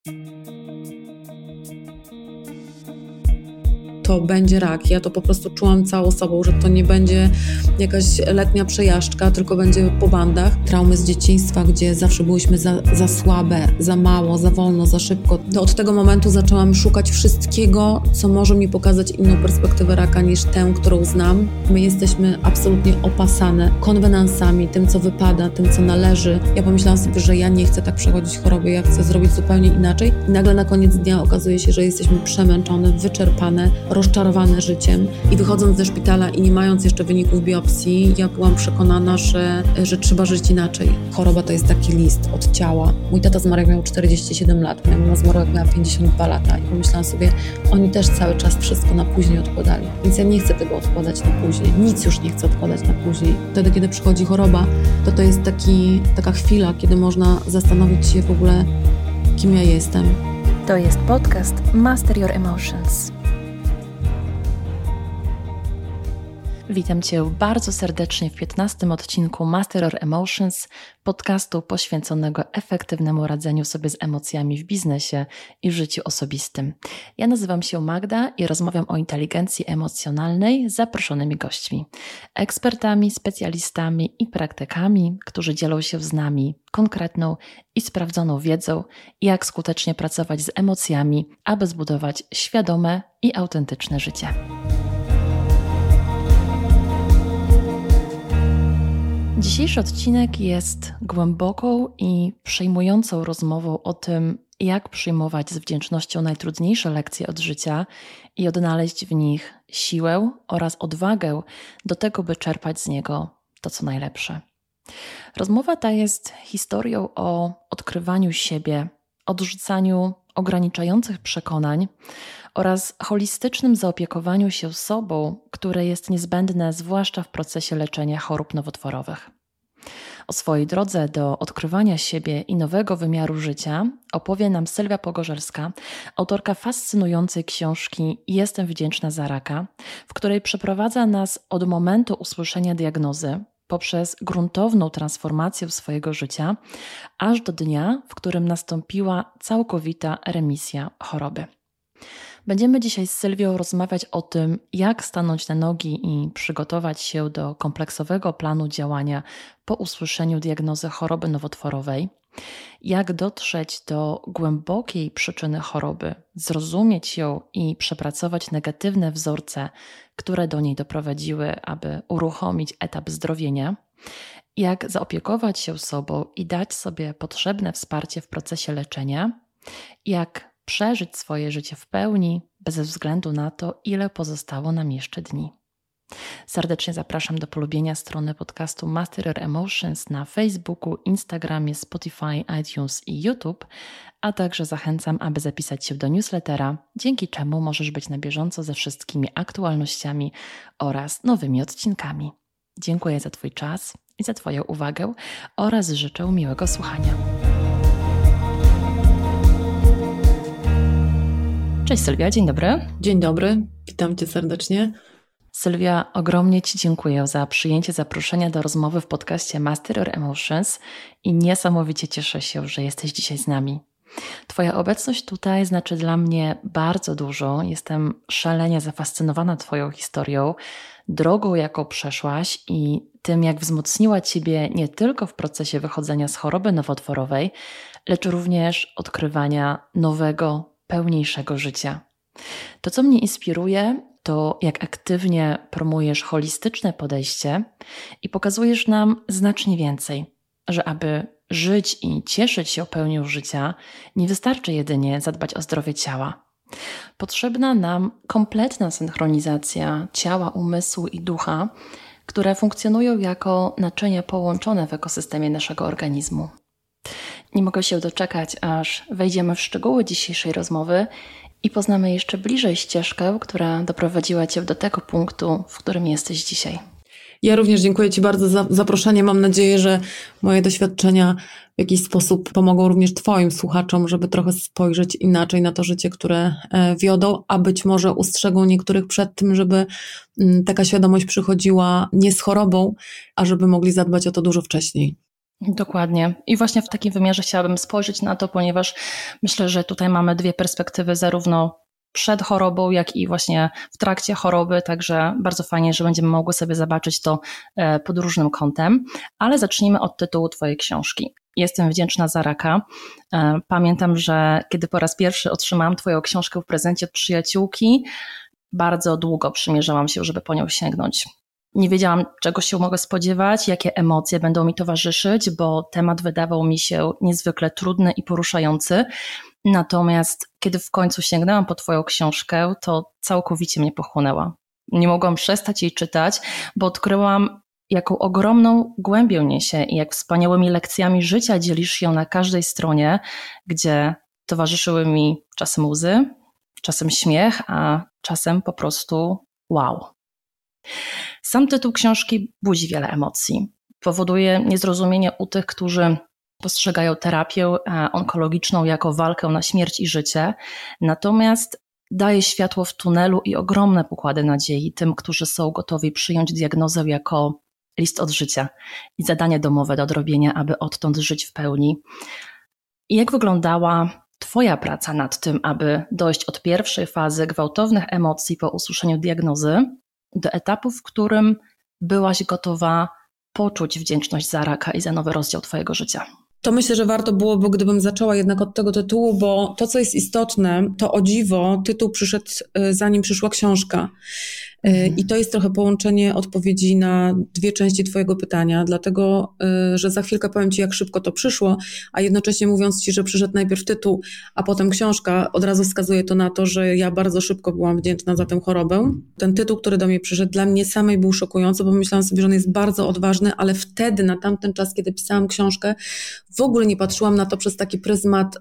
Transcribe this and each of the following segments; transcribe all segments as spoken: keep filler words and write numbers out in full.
To będzie rak. Ja to po prostu czułam całą sobą, że to nie będzie jakaś letnia przejażdżka, tylko będzie po bandach. Traumy z dzieciństwa, gdzie zawsze byłyśmy za, za słabe, za mało, za wolno, za szybko. To od tego momentu zaczęłam szukać wszystkiego, co może mi pokazać inną perspektywę raka niż tę, którą znam. My jesteśmy absolutnie opasane konwenansami, tym, co wypada, tym, co należy. Ja pomyślałam sobie, że ja nie chcę tak przechodzić choroby, ja chcę zrobić zupełnie inaczej. I nagle na koniec dnia okazuje się, że jesteśmy przemęczone, wyczerpane, rozczarowane życiem i wychodząc ze szpitala i nie mając jeszcze wyników biopsji, ja byłam przekonana, że, że trzeba żyć inaczej. Choroba to jest taki list od ciała. Mój tata zmarł jak miał czterdzieści siedem lat, moja mama zmarła jak miała pięćdziesiąt dwa lata i pomyślałam sobie, oni też cały czas wszystko na później odkładali. Więc ja nie chcę tego odkładać na później. Nic już nie chcę odkładać na później. Wtedy, kiedy przychodzi choroba, to to jest taki, taka chwila, kiedy można zastanowić się w ogóle, kim ja jestem. To jest podcast Master Your Emotions. Witam Cię bardzo serdecznie w piętnastym odcinku Master Your Emotions, podcastu poświęconego efektywnemu radzeniu sobie z emocjami w biznesie i w życiu osobistym. Ja nazywam się Magda i rozmawiam o inteligencji emocjonalnej z zaproszonymi gośćmi, ekspertami, specjalistami i praktykami, którzy dzielą się z nami konkretną i sprawdzoną wiedzą, jak skutecznie pracować z emocjami, aby zbudować świadome i autentyczne życie. Dzisiejszy odcinek jest głęboką i przejmującą rozmową o tym, jak przyjmować z wdzięcznością najtrudniejsze lekcje od życia i odnaleźć w nich siłę oraz odwagę do tego, by czerpać z niego to, co najlepsze. Rozmowa ta jest historią o odkrywaniu siebie, odrzucaniu ograniczających przekonań oraz holistycznym zaopiekowaniu się sobą, które jest niezbędne zwłaszcza w procesie leczenia chorób nowotworowych. O swojej drodze do odkrywania siebie i nowego wymiaru życia opowie nam Sylwia Pogorzelska, autorka fascynującej książki Jestem wdzięczna za raka, w której przeprowadza nas od momentu usłyszenia diagnozy poprzez gruntowną transformację swojego życia, aż do dnia, w którym nastąpiła całkowita remisja choroby. Będziemy dzisiaj z Sylwią rozmawiać o tym, jak stanąć na nogi i przygotować się do kompleksowego planu działania po usłyszeniu diagnozy choroby nowotworowej, jak dotrzeć do głębokiej przyczyny choroby, zrozumieć ją i przepracować negatywne wzorce, które do niej doprowadziły, aby uruchomić etap zdrowienia, jak zaopiekować się sobą i dać sobie potrzebne wsparcie w procesie leczenia, jak przeżyć swoje życie w pełni, bez względu na to, ile pozostało nam jeszcze dni. Serdecznie zapraszam do polubienia strony podcastu Master Your Emotions na Facebooku, Instagramie, Spotify, iTunes i YouTube, a także zachęcam, aby zapisać się do newslettera, dzięki czemu możesz być na bieżąco ze wszystkimi aktualnościami oraz nowymi odcinkami. Dziękuję za Twój czas i za Twoją uwagę oraz życzę miłego słuchania. Cześć Sylwia, dzień dobry. Dzień dobry, witam Cię serdecznie. Sylwia, ogromnie Ci dziękuję za przyjęcie zaproszenia do rozmowy w podcaście Master Your Emotions i niesamowicie cieszę się, że jesteś dzisiaj z nami. Twoja obecność tutaj znaczy dla mnie bardzo dużo. Jestem szalenie zafascynowana Twoją historią, drogą, jaką przeszłaś i tym, jak wzmocniła Ciebie nie tylko w procesie wychodzenia z choroby nowotworowej, lecz również odkrywania nowego, pełniejszego życia. To, co mnie inspiruje, to jak aktywnie promujesz holistyczne podejście i pokazujesz nam znacznie więcej, że aby żyć i cieszyć się pełnią życia, nie wystarczy jedynie zadbać o zdrowie ciała. Potrzebna nam kompletna synchronizacja ciała, umysłu i ducha, które funkcjonują jako naczynia połączone w ekosystemie naszego organizmu. Nie mogę się doczekać, aż wejdziemy w szczegóły dzisiejszej rozmowy i poznamy jeszcze bliżej ścieżkę, która doprowadziła Cię do tego punktu, w którym jesteś dzisiaj. Ja również dziękuję Ci bardzo za zaproszenie. Mam nadzieję, że moje doświadczenia w jakiś sposób pomogą również Twoim słuchaczom, żeby trochę spojrzeć inaczej na to życie, które wiodą, a być może ustrzegą niektórych przed tym, żeby taka świadomość przychodziła nie z chorobą, a żeby mogli zadbać o to dużo wcześniej. Dokładnie. I właśnie w takim wymiarze chciałabym spojrzeć na to, ponieważ myślę, że tutaj mamy dwie perspektywy, zarówno przed chorobą, jak i właśnie w trakcie choroby, także bardzo fajnie, że będziemy mogły sobie zobaczyć to pod różnym kątem, ale zacznijmy od tytułu Twojej książki. Jestem wdzięczna za raka. Pamiętam, że kiedy po raz pierwszy otrzymałam Twoją książkę w prezencie od przyjaciółki, bardzo długo przymierzałam się, żeby po nią sięgnąć. Nie wiedziałam, czego się mogę spodziewać, jakie emocje będą mi towarzyszyć, bo temat wydawał mi się niezwykle trudny i poruszający. Natomiast kiedy w końcu sięgnęłam po Twoją książkę, to całkowicie mnie pochłonęła. Nie mogłam przestać jej czytać, bo odkryłam, jaką ogromną głębię niesie i jak wspaniałymi lekcjami życia dzielisz się na każdej stronie, gdzie towarzyszyły mi czasem łzy, czasem śmiech, a czasem po prostu wow. Sam tytuł książki budzi wiele emocji. Powoduje niezrozumienie u tych, którzy postrzegają terapię onkologiczną jako walkę na śmierć i życie, natomiast daje światło w tunelu i ogromne pokłady nadziei tym, którzy są gotowi przyjąć diagnozę jako list od życia i zadanie domowe do odrobienia, aby odtąd żyć w pełni. I jak wyglądała Twoja praca nad tym, aby dojść od pierwszej fazy gwałtownych emocji po usłyszeniu diagnozy do etapu, w którym byłaś gotowa poczuć wdzięczność za raka i za nowy rozdział Twojego życia? To myślę, że warto byłoby, gdybym zaczęła jednak od tego tytułu, bo to, co jest istotne, to o dziwo tytuł przyszedł, zanim przyszła książka. Mhm. I to jest trochę połączenie odpowiedzi na dwie części Twojego pytania, dlatego, że za chwilkę powiem Ci, jak szybko to przyszło, a jednocześnie mówiąc Ci, że przyszedł najpierw tytuł, a potem książka, od razu wskazuje to na to, że ja bardzo szybko byłam wdzięczna za tę chorobę. Ten tytuł, który do mnie przyszedł, dla mnie samej był szokujący, bo myślałam sobie, że on jest bardzo odważny, ale wtedy, na tamten czas, kiedy pisałam książkę, w ogóle nie patrzyłam na to przez taki pryzmat,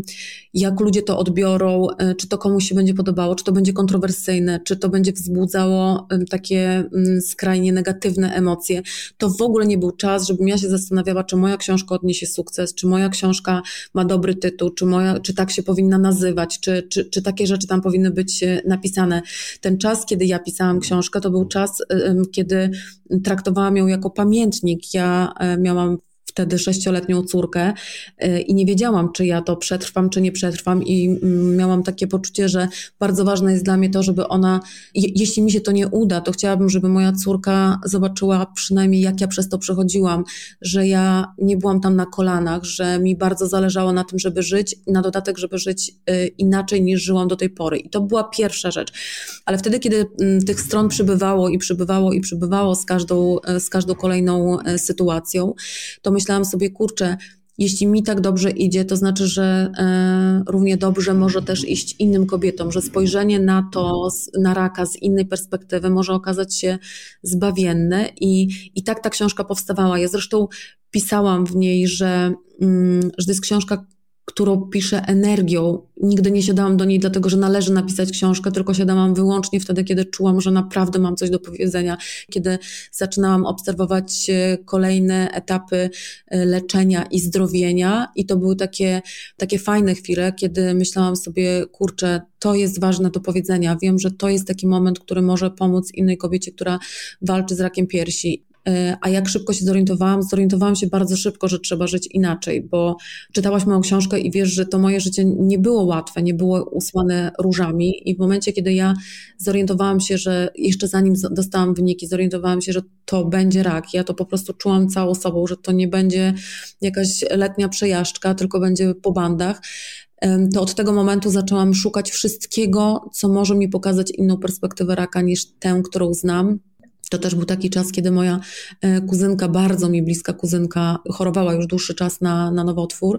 jak ludzie to odbiorą, czy to komuś się będzie podobało, czy to będzie kontrowersyjne, czy to będzie wzbudzało takie skrajnie negatywne emocje. To w ogóle nie był czas, żebym ja się zastanawiała, czy moja książka odniesie sukces, czy moja książka ma dobry tytuł, czy, moja, czy tak się powinna nazywać, czy, czy, czy takie rzeczy tam powinny być napisane. Ten czas, kiedy ja pisałam książkę, to był czas, kiedy traktowałam ją jako pamiętnik. Ja miałam wtedy sześcioletnią córkę i nie wiedziałam, czy ja to przetrwam, czy nie przetrwam i miałam takie poczucie, że bardzo ważne jest dla mnie to, żeby ona, je, jeśli mi się to nie uda, to chciałabym, żeby moja córka zobaczyła przynajmniej, jak ja przez to przechodziłam, że ja nie byłam tam na kolanach, że mi bardzo zależało na tym, żeby żyć, na dodatek, żeby żyć inaczej niż żyłam do tej pory. I to była pierwsza rzecz. Ale wtedy, kiedy tych stron przybywało i przybywało i przybywało z każdą, z każdą kolejną sytuacją, to myślałam sobie, kurczę, jeśli mi tak dobrze idzie, to znaczy, że e, równie dobrze może też iść innym kobietom, że spojrzenie na to, na raka z innej perspektywy może okazać się zbawienne i, i tak ta książka powstawała. Ja zresztą pisałam w niej, że, mm, że to jest książka, którą piszę energią. Nigdy nie siadałam do niej dlatego, że należy napisać książkę, tylko siadałam wyłącznie wtedy, kiedy czułam, że naprawdę mam coś do powiedzenia. Kiedy zaczynałam obserwować kolejne etapy leczenia i zdrowienia i to były takie, takie fajne chwile, kiedy myślałam sobie, kurczę, to jest ważne do powiedzenia. Wiem, że to jest taki moment, który może pomóc innej kobiecie, która walczy z rakiem piersi. A jak szybko się zorientowałam? Zorientowałam się bardzo szybko, że trzeba żyć inaczej, bo czytałaś moją książkę i wiesz, że to moje życie nie było łatwe, nie było usłane różami i w momencie, kiedy ja zorientowałam się, że jeszcze zanim dostałam wyniki, zorientowałam się, że to będzie rak, ja to po prostu czułam całą sobą, że to nie będzie jakaś letnia przejażdżka, tylko będzie po bandach, to od tego momentu zaczęłam szukać wszystkiego, co może mi pokazać inną perspektywę raka niż tę, którą znam. To też był taki czas, kiedy moja kuzynka, bardzo mi bliska kuzynka, chorowała już dłuższy czas na, na nowotwór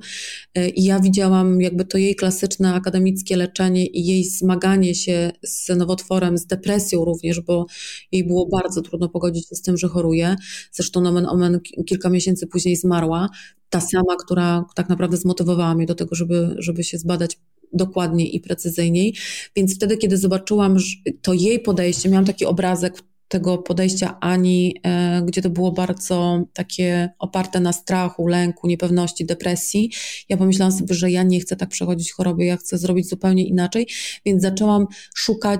i ja widziałam jakby to jej klasyczne akademickie leczenie i jej zmaganie się z nowotworem, z depresją również, bo jej było bardzo trudno pogodzić się z tym, że choruje. Zresztą nomen omen kilka miesięcy później zmarła. Ta sama, która tak naprawdę zmotywowała mnie do tego, żeby, żeby się zbadać dokładniej i precyzyjniej. Więc wtedy, kiedy zobaczyłam to jej podejście, miałam taki obrazek tego podejścia Ani, e, gdzie to było bardzo takie oparte na strachu, lęku, niepewności, depresji. Ja pomyślałam sobie, że ja nie chcę tak przechodzić choroby, ja chcę zrobić zupełnie inaczej, więc zaczęłam szukać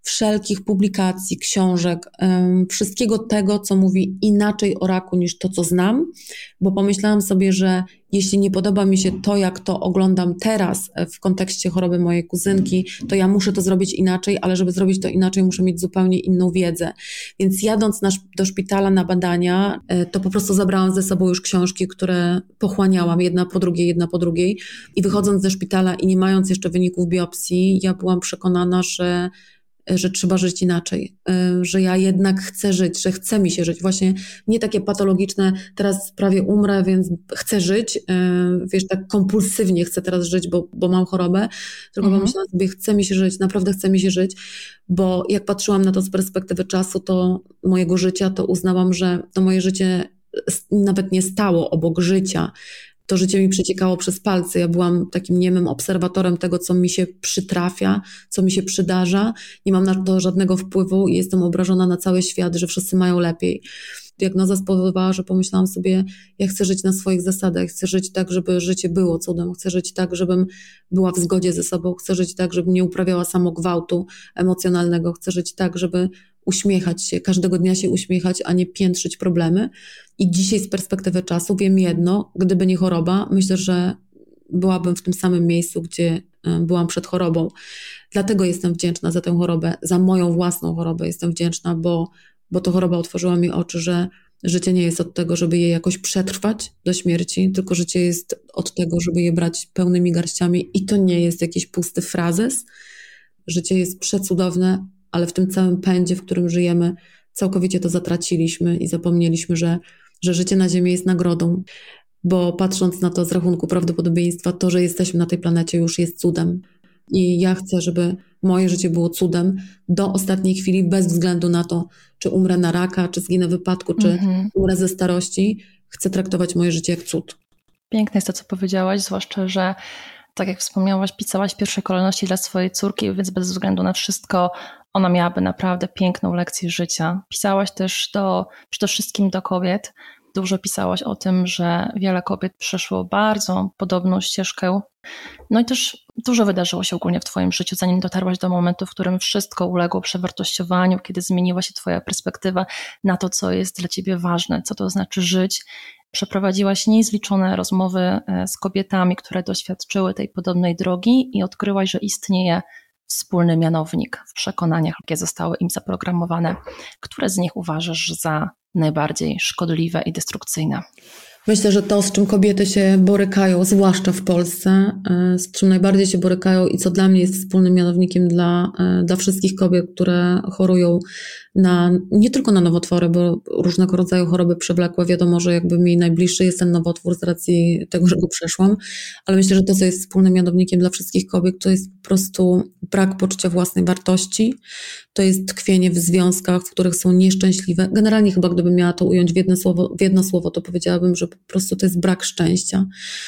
wszelkich publikacji, książek, um, wszystkiego tego, co mówi inaczej o raku niż to, co znam, bo pomyślałam sobie, że jeśli nie podoba mi się to, jak to oglądam teraz w kontekście choroby mojej kuzynki, to ja muszę to zrobić inaczej, ale żeby zrobić to inaczej, muszę mieć zupełnie inną wiedzę. Więc jadąc na, do szpitala na badania, to po prostu zabrałam ze sobą już książki, które pochłaniałam jedna po drugiej, jedna po drugiej i wychodząc ze szpitala i nie mając jeszcze wyników biopsji, ja byłam przekonana, że że trzeba żyć inaczej, że ja jednak chcę żyć, że chce mi się żyć. Właśnie nie takie patologiczne, teraz prawie umrę, więc chcę żyć, wiesz, tak kompulsywnie chcę teraz żyć, bo, bo mam chorobę, tylko mhm. pomyślałam sobie, chce mi się żyć, naprawdę chce mi się żyć, bo jak patrzyłam na to z perspektywy czasu, to mojego życia, to uznałam, że to moje życie nawet nie stało obok życia. To życie mi przeciekało przez palce. Ja byłam takim niemym obserwatorem tego, co mi się przytrafia, co mi się przydarza. Nie mam na to żadnego wpływu i jestem obrażona na cały świat, że wszyscy mają lepiej. Diagnoza spowodowała, że pomyślałam sobie, ja chcę żyć na swoich zasadach, chcę żyć tak, żeby życie było cudem, chcę żyć tak, żebym była w zgodzie ze sobą, chcę żyć tak, żebym nie uprawiała samogwałtu emocjonalnego, chcę żyć tak, żeby uśmiechać się, każdego dnia się uśmiechać, a nie piętrzyć problemy. I dzisiaj z perspektywy czasu wiem jedno, gdyby nie choroba, myślę, że byłabym w tym samym miejscu, gdzie byłam przed chorobą. Dlatego jestem wdzięczna za tę chorobę, za moją własną chorobę jestem wdzięczna, bo, bo to choroba otworzyła mi oczy, że życie nie jest od tego, żeby je jakoś przetrwać do śmierci, tylko życie jest od tego, żeby je brać pełnymi garściami i to nie jest jakiś pusty frazes. Życie jest przecudowne, ale w tym całym pędzie, w którym żyjemy, całkowicie to zatraciliśmy i zapomnieliśmy, że, że życie na ziemi jest nagrodą, bo patrząc na to z rachunku prawdopodobieństwa, to, że jesteśmy na tej planecie już jest cudem. I ja chcę, żeby moje życie było cudem do ostatniej chwili, bez względu na to, czy umrę na raka, czy zginę w wypadku, czy mm-hmm. umrę ze starości. Chcę traktować moje życie jak cud. Piękne jest to, co powiedziałaś, zwłaszcza, że tak jak wspomniałaś, pisałaś w pierwszej kolejności dla swojej córki, więc bez względu na wszystko ona miałaby naprawdę piękną lekcję życia. Pisałaś też do, przede wszystkim do kobiet. Dużo pisałaś o tym, że wiele kobiet przeszło bardzo podobną ścieżkę. No i też dużo wydarzyło się ogólnie w twoim życiu, zanim dotarłaś do momentu, w którym wszystko uległo przewartościowaniu, kiedy zmieniła się twoja perspektywa na to, co jest dla ciebie ważne, co to znaczy żyć. Przeprowadziłaś niezliczone rozmowy z kobietami, które doświadczyły tej podobnej drogi i odkryłaś, że istnieje wspólny mianownik w przekonaniach, jakie zostały im zaprogramowane. Które z nich uważasz za najbardziej szkodliwe i destrukcyjne? Myślę, że to, z czym kobiety się borykają, zwłaszcza w Polsce, z czym najbardziej się borykają i co dla mnie jest wspólnym mianownikiem dla, dla wszystkich kobiet, które chorują na, nie tylko na nowotwory, bo różnego rodzaju choroby przewlekłe, wiadomo, że jakby mi najbliższy jest ten nowotwór z racji tego, że go przeszłam, ale myślę, że to, co jest wspólnym mianownikiem dla wszystkich kobiet, to jest po prostu brak poczucia własnej wartości, to jest tkwienie w związkach, w których są nieszczęśliwe. Generalnie chyba gdybym miała to ująć w jedno słowo, w jedno słowo, to powiedziałabym, że po prostu to jest brak szczęścia.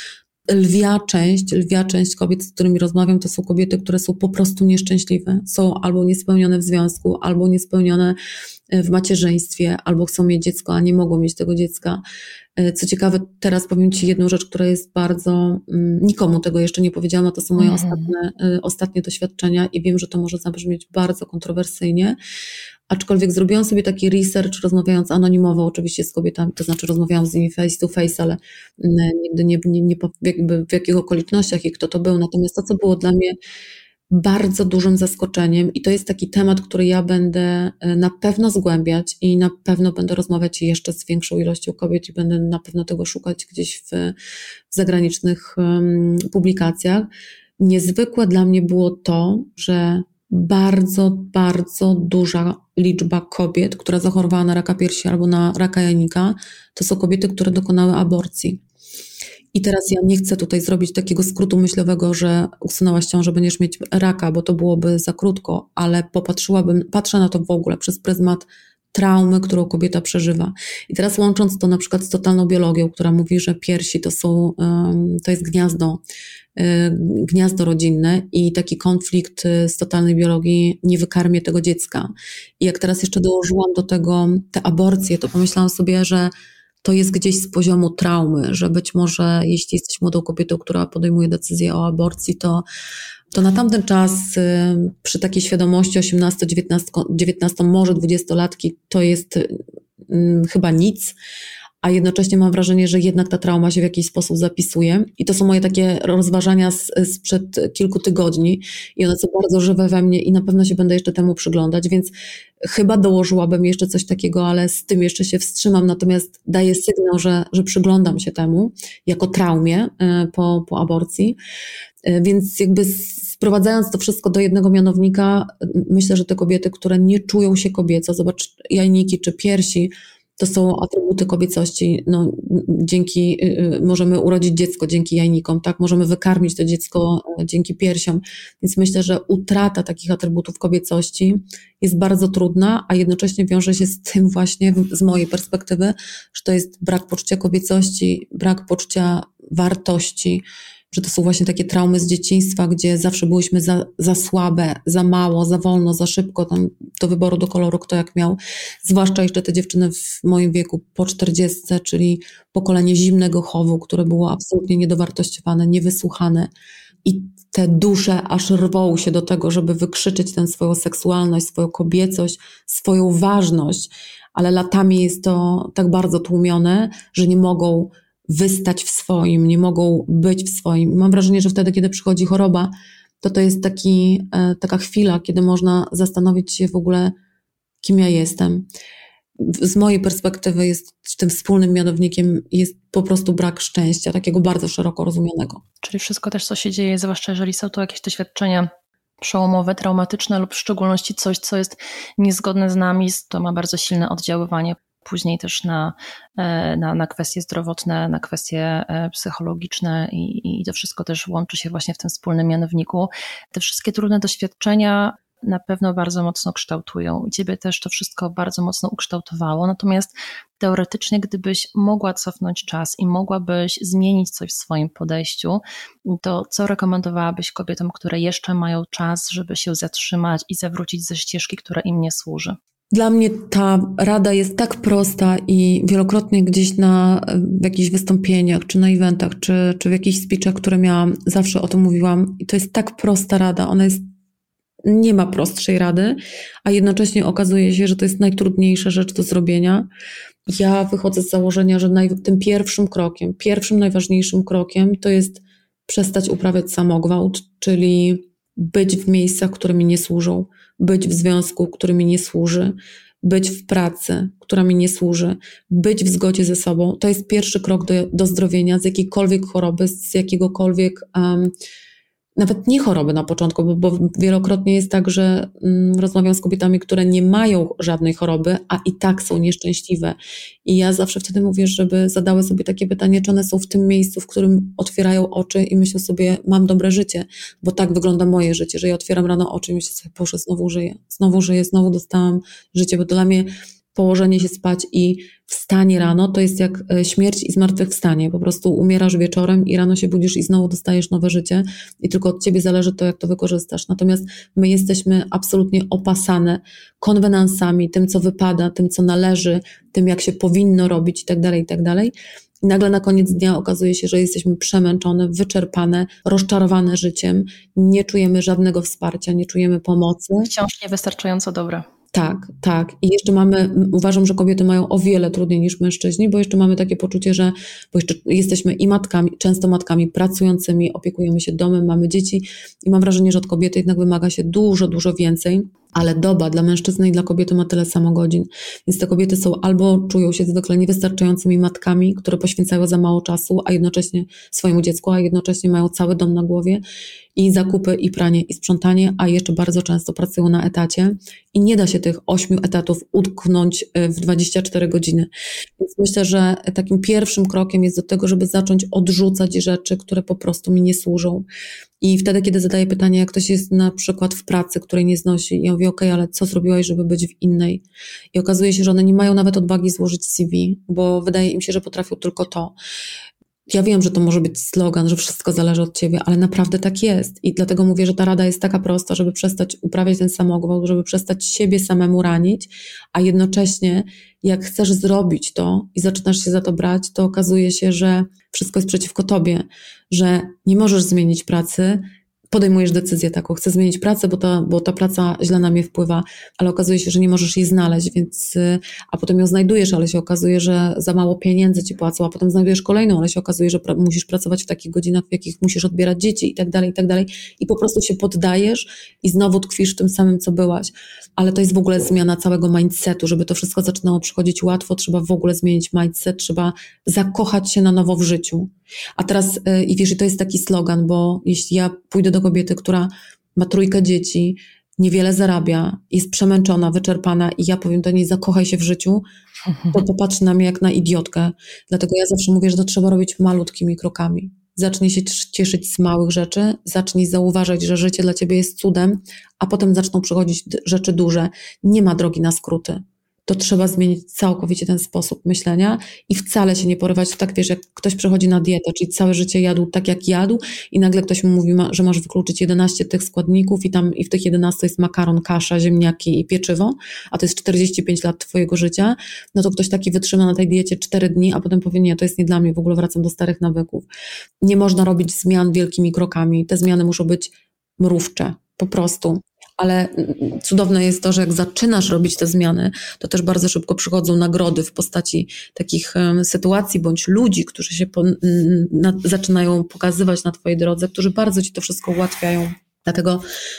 Lwia część, lwia część kobiet, z którymi rozmawiam, to są kobiety, które są po prostu nieszczęśliwe. Są albo niespełnione w związku, albo niespełnione w macierzyństwie, albo chcą mieć dziecko, a nie mogą mieć tego dziecka. Co ciekawe, teraz powiem Ci jedną rzecz, która jest bardzo... Nikomu tego jeszcze nie powiedziałam, a to są moje mm. ostatnie, ostatnie doświadczenia i wiem, że to może zabrzmieć bardzo kontrowersyjnie, aczkolwiek zrobiłam sobie taki research, rozmawiając anonimowo oczywiście z kobietami, to znaczy rozmawiałam z nimi face to face, ale nigdy nie, nie, nie jakby w jakich okolicznościach i kto to był. Natomiast to, co było dla mnie bardzo dużym zaskoczeniem i to jest taki temat, który ja będę na pewno zgłębiać i na pewno będę rozmawiać jeszcze z większą ilością kobiet i będę na pewno tego szukać gdzieś w, w zagranicznych um, publikacjach. Niezwykłe dla mnie było to, że bardzo, bardzo duża liczba kobiet, która zachorowała na raka piersi albo na raka jajnika, to są kobiety, które dokonały aborcji. I teraz ja nie chcę tutaj zrobić takiego skrótu myślowego, że usunęłaś ciążę, będziesz mieć raka, bo to byłoby za krótko, ale popatrzyłabym, patrzę na to w ogóle przez pryzmat traumy, którą kobieta przeżywa. I teraz łącząc to na przykład z totalną biologią, która mówi, że piersi to są, to jest gniazdo, gniazdo rodzinne i taki konflikt z totalnej biologii nie wykarmię tego dziecka. I jak teraz jeszcze dołożyłam do tego te aborcje, to pomyślałam sobie, że to jest gdzieś z poziomu traumy, że być może jeśli jesteś młodą kobietą, która podejmuje decyzję o aborcji, to to na tamten czas przy takiej świadomości osiemnasto, dziewiętnasto, może dwudziestolatki to jest hmm, chyba nic, a jednocześnie mam wrażenie, że jednak ta trauma się w jakiś sposób zapisuje. I to są moje takie rozważania z, sprzed kilku tygodni i one są bardzo żywe we mnie i na pewno się będę jeszcze temu przyglądać, więc chyba dołożyłabym jeszcze coś takiego, ale z tym jeszcze się wstrzymam, natomiast daję sygnał, że, że przyglądam się temu jako traumie po, po aborcji. Więc jakby sprowadzając to wszystko do jednego mianownika, myślę, że te kobiety, które nie czują się kobieco, zobacz, jajniki czy piersi, to są atrybuty kobiecości. No, dzięki, możemy urodzić dziecko dzięki jajnikom, tak? Możemy wykarmić to dziecko dzięki piersiom. Więc myślę, że utrata takich atrybutów kobiecości jest bardzo trudna, a jednocześnie wiąże się z tym właśnie, z mojej perspektywy, że to jest brak poczucia kobiecości, brak poczucia wartości, że to są właśnie takie traumy z dzieciństwa, gdzie zawsze byłyśmy za, za słabe, za mało, za wolno, za szybko, tam do wyboru, do koloru, kto jak miał. Zwłaszcza jeszcze te dziewczyny w moim wieku po czterdziestce, czyli pokolenie zimnego chowu, które było absolutnie niedowartościowane, niewysłuchane. I te dusze aż rwą się do tego, żeby wykrzyczeć tę swoją seksualność, swoją kobiecość, swoją ważność, ale latami jest to tak bardzo tłumione, że nie mogą wystać w swoim, nie mogą być w swoim. Mam wrażenie, że wtedy, kiedy przychodzi choroba, to to jest taki, e, taka chwila, kiedy można zastanowić się w ogóle, kim ja jestem. Z mojej perspektywy jest tym wspólnym mianownikiem jest po prostu brak szczęścia, takiego bardzo szeroko rozumianego. Czyli wszystko też, co się dzieje, zwłaszcza jeżeli są to jakieś doświadczenia przełomowe, traumatyczne lub w szczególności coś, co jest niezgodne z nami, to ma bardzo silne oddziaływanie później też na, na, na kwestie zdrowotne, na kwestie psychologiczne i, i to wszystko też łączy się właśnie w tym wspólnym mianowniku. Te wszystkie trudne doświadczenia na pewno bardzo mocno kształtują i ciebie też to wszystko bardzo mocno ukształtowało, natomiast teoretycznie gdybyś mogła cofnąć czas i mogłabyś zmienić coś w swoim podejściu, to co rekomendowałabyś kobietom, które jeszcze mają czas, żeby się zatrzymać i zawrócić ze ścieżki, która im nie służy? Dla mnie ta rada jest tak prosta i wielokrotnie gdzieś na w jakichś wystąpieniach, czy na eventach, czy, czy w jakichś speechach, które miałam, zawsze o tym mówiłam i to jest tak prosta rada, ona jest, nie ma prostszej rady, a jednocześnie okazuje się, że to jest najtrudniejsza rzecz do zrobienia. Ja wychodzę z założenia, że naj, tym pierwszym krokiem, pierwszym najważniejszym krokiem to jest przestać uprawiać samogwałt, czyli być w miejscach, które mi nie służą, być w związku, który mi nie służy, być w pracy, która mi nie służy, być w zgodzie ze sobą. To jest pierwszy krok do, do zdrowienia z jakiejkolwiek choroby, z jakiegokolwiek, um, nawet nie choroby na początku, bo, bo wielokrotnie jest tak, że um, rozmawiam z kobietami, które nie mają żadnej choroby, a i tak są nieszczęśliwe. I ja zawsze wtedy mówię, żeby zadały sobie takie pytanie, czy one są w tym miejscu, w którym otwierają oczy i myślą sobie, mam dobre życie, bo tak wygląda moje życie, że ja otwieram rano oczy i myślę sobie, Boże, znowu żyję, znowu żyję, znowu dostałam życie, bo dla mnie położenie się spać i wstanie rano to jest jak śmierć i zmartwychwstanie. Po prostu umierasz wieczorem i rano się budzisz i znowu dostajesz nowe życie i tylko od ciebie zależy to, jak to wykorzystasz. Natomiast my jesteśmy absolutnie opasane konwenansami, tym, co wypada, tym, co należy, tym, jak się powinno robić i tak dalej, i tak dalej. I nagle na koniec dnia okazuje się, że jesteśmy przemęczone, wyczerpane, rozczarowane życiem, nie czujemy żadnego wsparcia, nie czujemy pomocy. Wciąż niewystarczająco dobre. Tak, tak. I jeszcze mamy, uważam, że kobiety mają o wiele trudniej niż mężczyźni, bo jeszcze mamy takie poczucie, że bo jeszcze jesteśmy i matkami, często matkami pracującymi, opiekujemy się domem, mamy dzieci i mam wrażenie, że od kobiety jednak wymaga się dużo, dużo więcej, ale doba dla mężczyzny i dla kobiety ma tyle samo godzin. Więc te kobiety są albo czują się zwykle niewystarczającymi matkami, które poświęcają za mało czasu, a jednocześnie swojemu dziecku, a jednocześnie mają cały dom na głowie i zakupy, i pranie, i sprzątanie, a jeszcze bardzo często pracują na etacie i nie da się tych ośmiu etatów utknąć w dwadzieścia cztery godziny. Więc myślę, że takim pierwszym krokiem jest do tego, żeby zacząć odrzucać rzeczy, które po prostu mi nie służą. I wtedy, kiedy zadaję pytanie, jak ktoś jest na przykład w pracy, której nie znosi, ja mówię, okej, ale co zrobiłaś, żeby być w innej? I okazuje się, że one nie mają nawet odwagi złożyć C V, bo wydaje im się, że potrafią tylko to. Ja wiem, że to może być slogan, że wszystko zależy od ciebie, ale naprawdę tak jest. I dlatego mówię, że ta rada jest taka prosta, żeby przestać uprawiać ten samogwałt, żeby przestać siebie samemu ranić, a jednocześnie jak chcesz zrobić to i zaczynasz się za to brać, to okazuje się, że wszystko jest przeciwko tobie, że nie możesz zmienić pracy, podejmujesz decyzję taką, chcę zmienić pracę, bo ta, bo ta praca źle na mnie wpływa, ale okazuje się, że nie możesz jej znaleźć, więc, a potem ją znajdujesz, ale się okazuje, że za mało pieniędzy ci płacą, a potem znajdujesz kolejną, ale się okazuje, że pra- musisz pracować w takich godzinach, w jakich musisz odbierać dzieci i tak dalej, i tak dalej i po prostu się poddajesz i znowu tkwisz w tym samym, co byłaś. Ale to jest w ogóle zmiana całego mindsetu, żeby to wszystko zaczynało przychodzić łatwo, trzeba w ogóle zmienić mindset, trzeba zakochać się na nowo w życiu. A teraz, yy, i wiesz, i to jest taki slogan, bo jeśli ja pójdę do kobiety, która ma trójkę dzieci, niewiele zarabia, jest przemęczona, wyczerpana i ja powiem do niej, zakochaj się w życiu, to popatrzy na mnie jak na idiotkę. Dlatego ja zawsze mówię, że to trzeba robić malutkimi krokami. Zacznij się cieszyć z małych rzeczy, zacznij zauważać, że życie dla ciebie jest cudem, a potem zaczną przychodzić rzeczy duże. Nie ma drogi na skróty. To trzeba zmienić całkowicie ten sposób myślenia i wcale się nie porywać. Tak wiesz, jak ktoś przechodzi na dietę, czyli całe życie jadł tak jak jadł i nagle ktoś mu mówi, że masz wykluczyć jedenaście tych składników i tam i w tych jedenastu jest makaron, kasza, ziemniaki i pieczywo, a to jest czterdzieści pięć lat twojego życia, no to ktoś taki wytrzyma na tej diecie cztery dni, a potem powie, nie, to jest nie dla mnie, w ogóle wracam do starych nawyków. Nie można robić zmian wielkimi krokami. Te zmiany muszą być mrówcze, po prostu. Ale cudowne jest to, że jak zaczynasz robić te zmiany, to też bardzo szybko przychodzą nagrody w postaci takich um, sytuacji bądź ludzi, którzy się po, na, zaczynają pokazywać na twojej drodze, którzy bardzo ci to wszystko ułatwiają. Dlatego,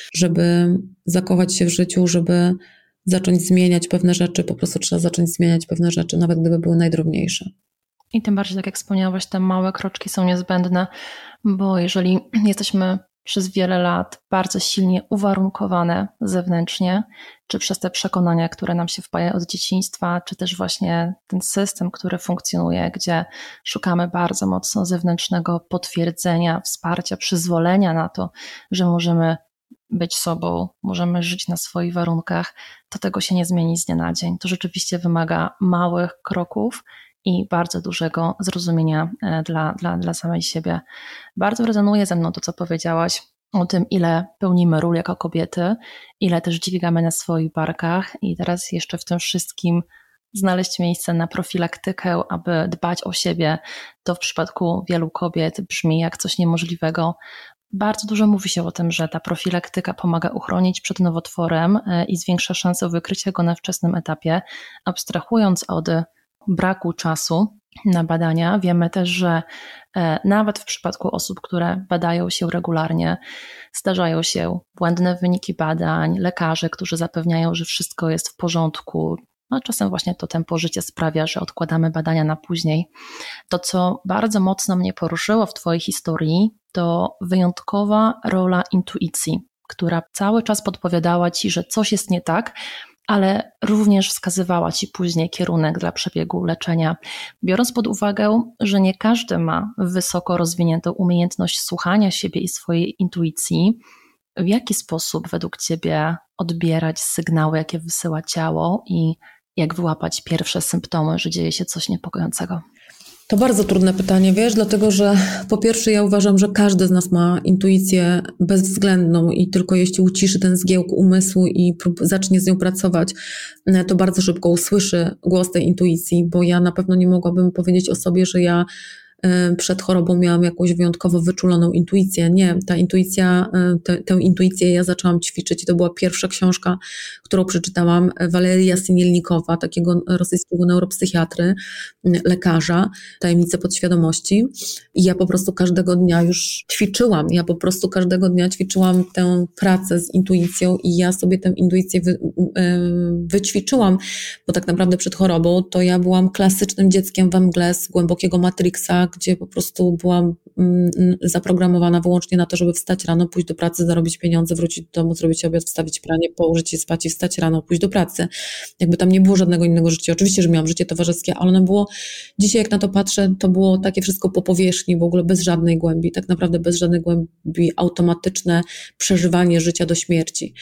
żeby zakochać się w życiu, żeby zacząć zmieniać pewne rzeczy, po prostu trzeba zacząć zmieniać pewne rzeczy, nawet gdyby były najdrobniejsze. I tym bardziej, tak jak wspomniałaś, te małe kroczki są niezbędne, bo jeżeli jesteśmy przez wiele lat bardzo silnie uwarunkowane zewnętrznie, czy przez te przekonania, które nam się wpaja od dzieciństwa, czy też właśnie ten system, który funkcjonuje, gdzie szukamy bardzo mocno zewnętrznego potwierdzenia, wsparcia, przyzwolenia na to, że możemy być sobą, możemy żyć na swoich warunkach, to tego się nie zmieni z dnia na dzień. To rzeczywiście wymaga małych kroków i bardzo dużego zrozumienia dla, dla, dla samej siebie. Bardzo rezonuje ze mną to, co powiedziałaś o tym, ile pełnimy ról jako kobiety, ile też dźwigamy na swoich barkach i teraz jeszcze w tym wszystkim znaleźć miejsce na profilaktykę, aby dbać o siebie. To w przypadku wielu kobiet brzmi jak coś niemożliwego. Bardzo dużo mówi się o tym, że ta profilaktyka pomaga uchronić przed nowotworem i zwiększa szansę wykrycia go na wczesnym etapie. Abstrahując od braku czasu na badania, wiemy też, że nawet w przypadku osób, które badają się regularnie, zdarzają się błędne wyniki badań, lekarze, którzy zapewniają, że wszystko jest w porządku. No, czasem właśnie to tempo życia sprawia, że odkładamy badania na później. To, co bardzo mocno mnie poruszyło w twojej historii, to wyjątkowa rola intuicji, która cały czas podpowiadała ci, że coś jest nie tak, ale również wskazywała ci później kierunek dla przebiegu leczenia. Biorąc pod uwagę, że nie każdy ma wysoko rozwiniętą umiejętność słuchania siebie i swojej intuicji, w jaki sposób według ciebie odbierać sygnały, jakie wysyła ciało i jak wyłapać pierwsze symptomy, że dzieje się coś niepokojącego? To bardzo trudne pytanie, wiesz, dlatego że po pierwsze ja uważam, że każdy z nas ma intuicję bezwzględną i tylko jeśli uciszy ten zgiełk umysłu i zacznie z nią pracować, to bardzo szybko usłyszy głos tej intuicji, bo ja na pewno nie mogłabym powiedzieć o sobie, że ja przed chorobą miałam jakąś wyjątkowo wyczuloną intuicję. Nie, ta intuicja, te, tę intuicję ja zaczęłam ćwiczyć i to była pierwsza książka, którą przeczytałam, Waleria Sinielnikowa, takiego rosyjskiego neuropsychiatry, lekarza, Tajemnice podświadomości. I ja po prostu każdego dnia już ćwiczyłam, ja po prostu każdego dnia ćwiczyłam tę pracę z intuicją i ja sobie tę intuicję wy, wyćwiczyłam, bo tak naprawdę przed chorobą to ja byłam klasycznym dzieckiem we mgle z głębokiego Matrixa, gdzie po prostu byłam mm, zaprogramowana wyłącznie na to, żeby wstać rano, pójść do pracy, zarobić pieniądze, wrócić do domu, zrobić obiad, wstawić pranie, położyć się spać i wstać rano, pójść do pracy. Jakby tam nie było żadnego innego życia. Oczywiście, że miałam życie towarzyskie, ale ono było, dzisiaj jak na to patrzę, to było takie wszystko po powierzchni, w ogóle bez żadnej głębi, tak naprawdę bez żadnej głębi, automatyczne przeżywanie życia do śmierci.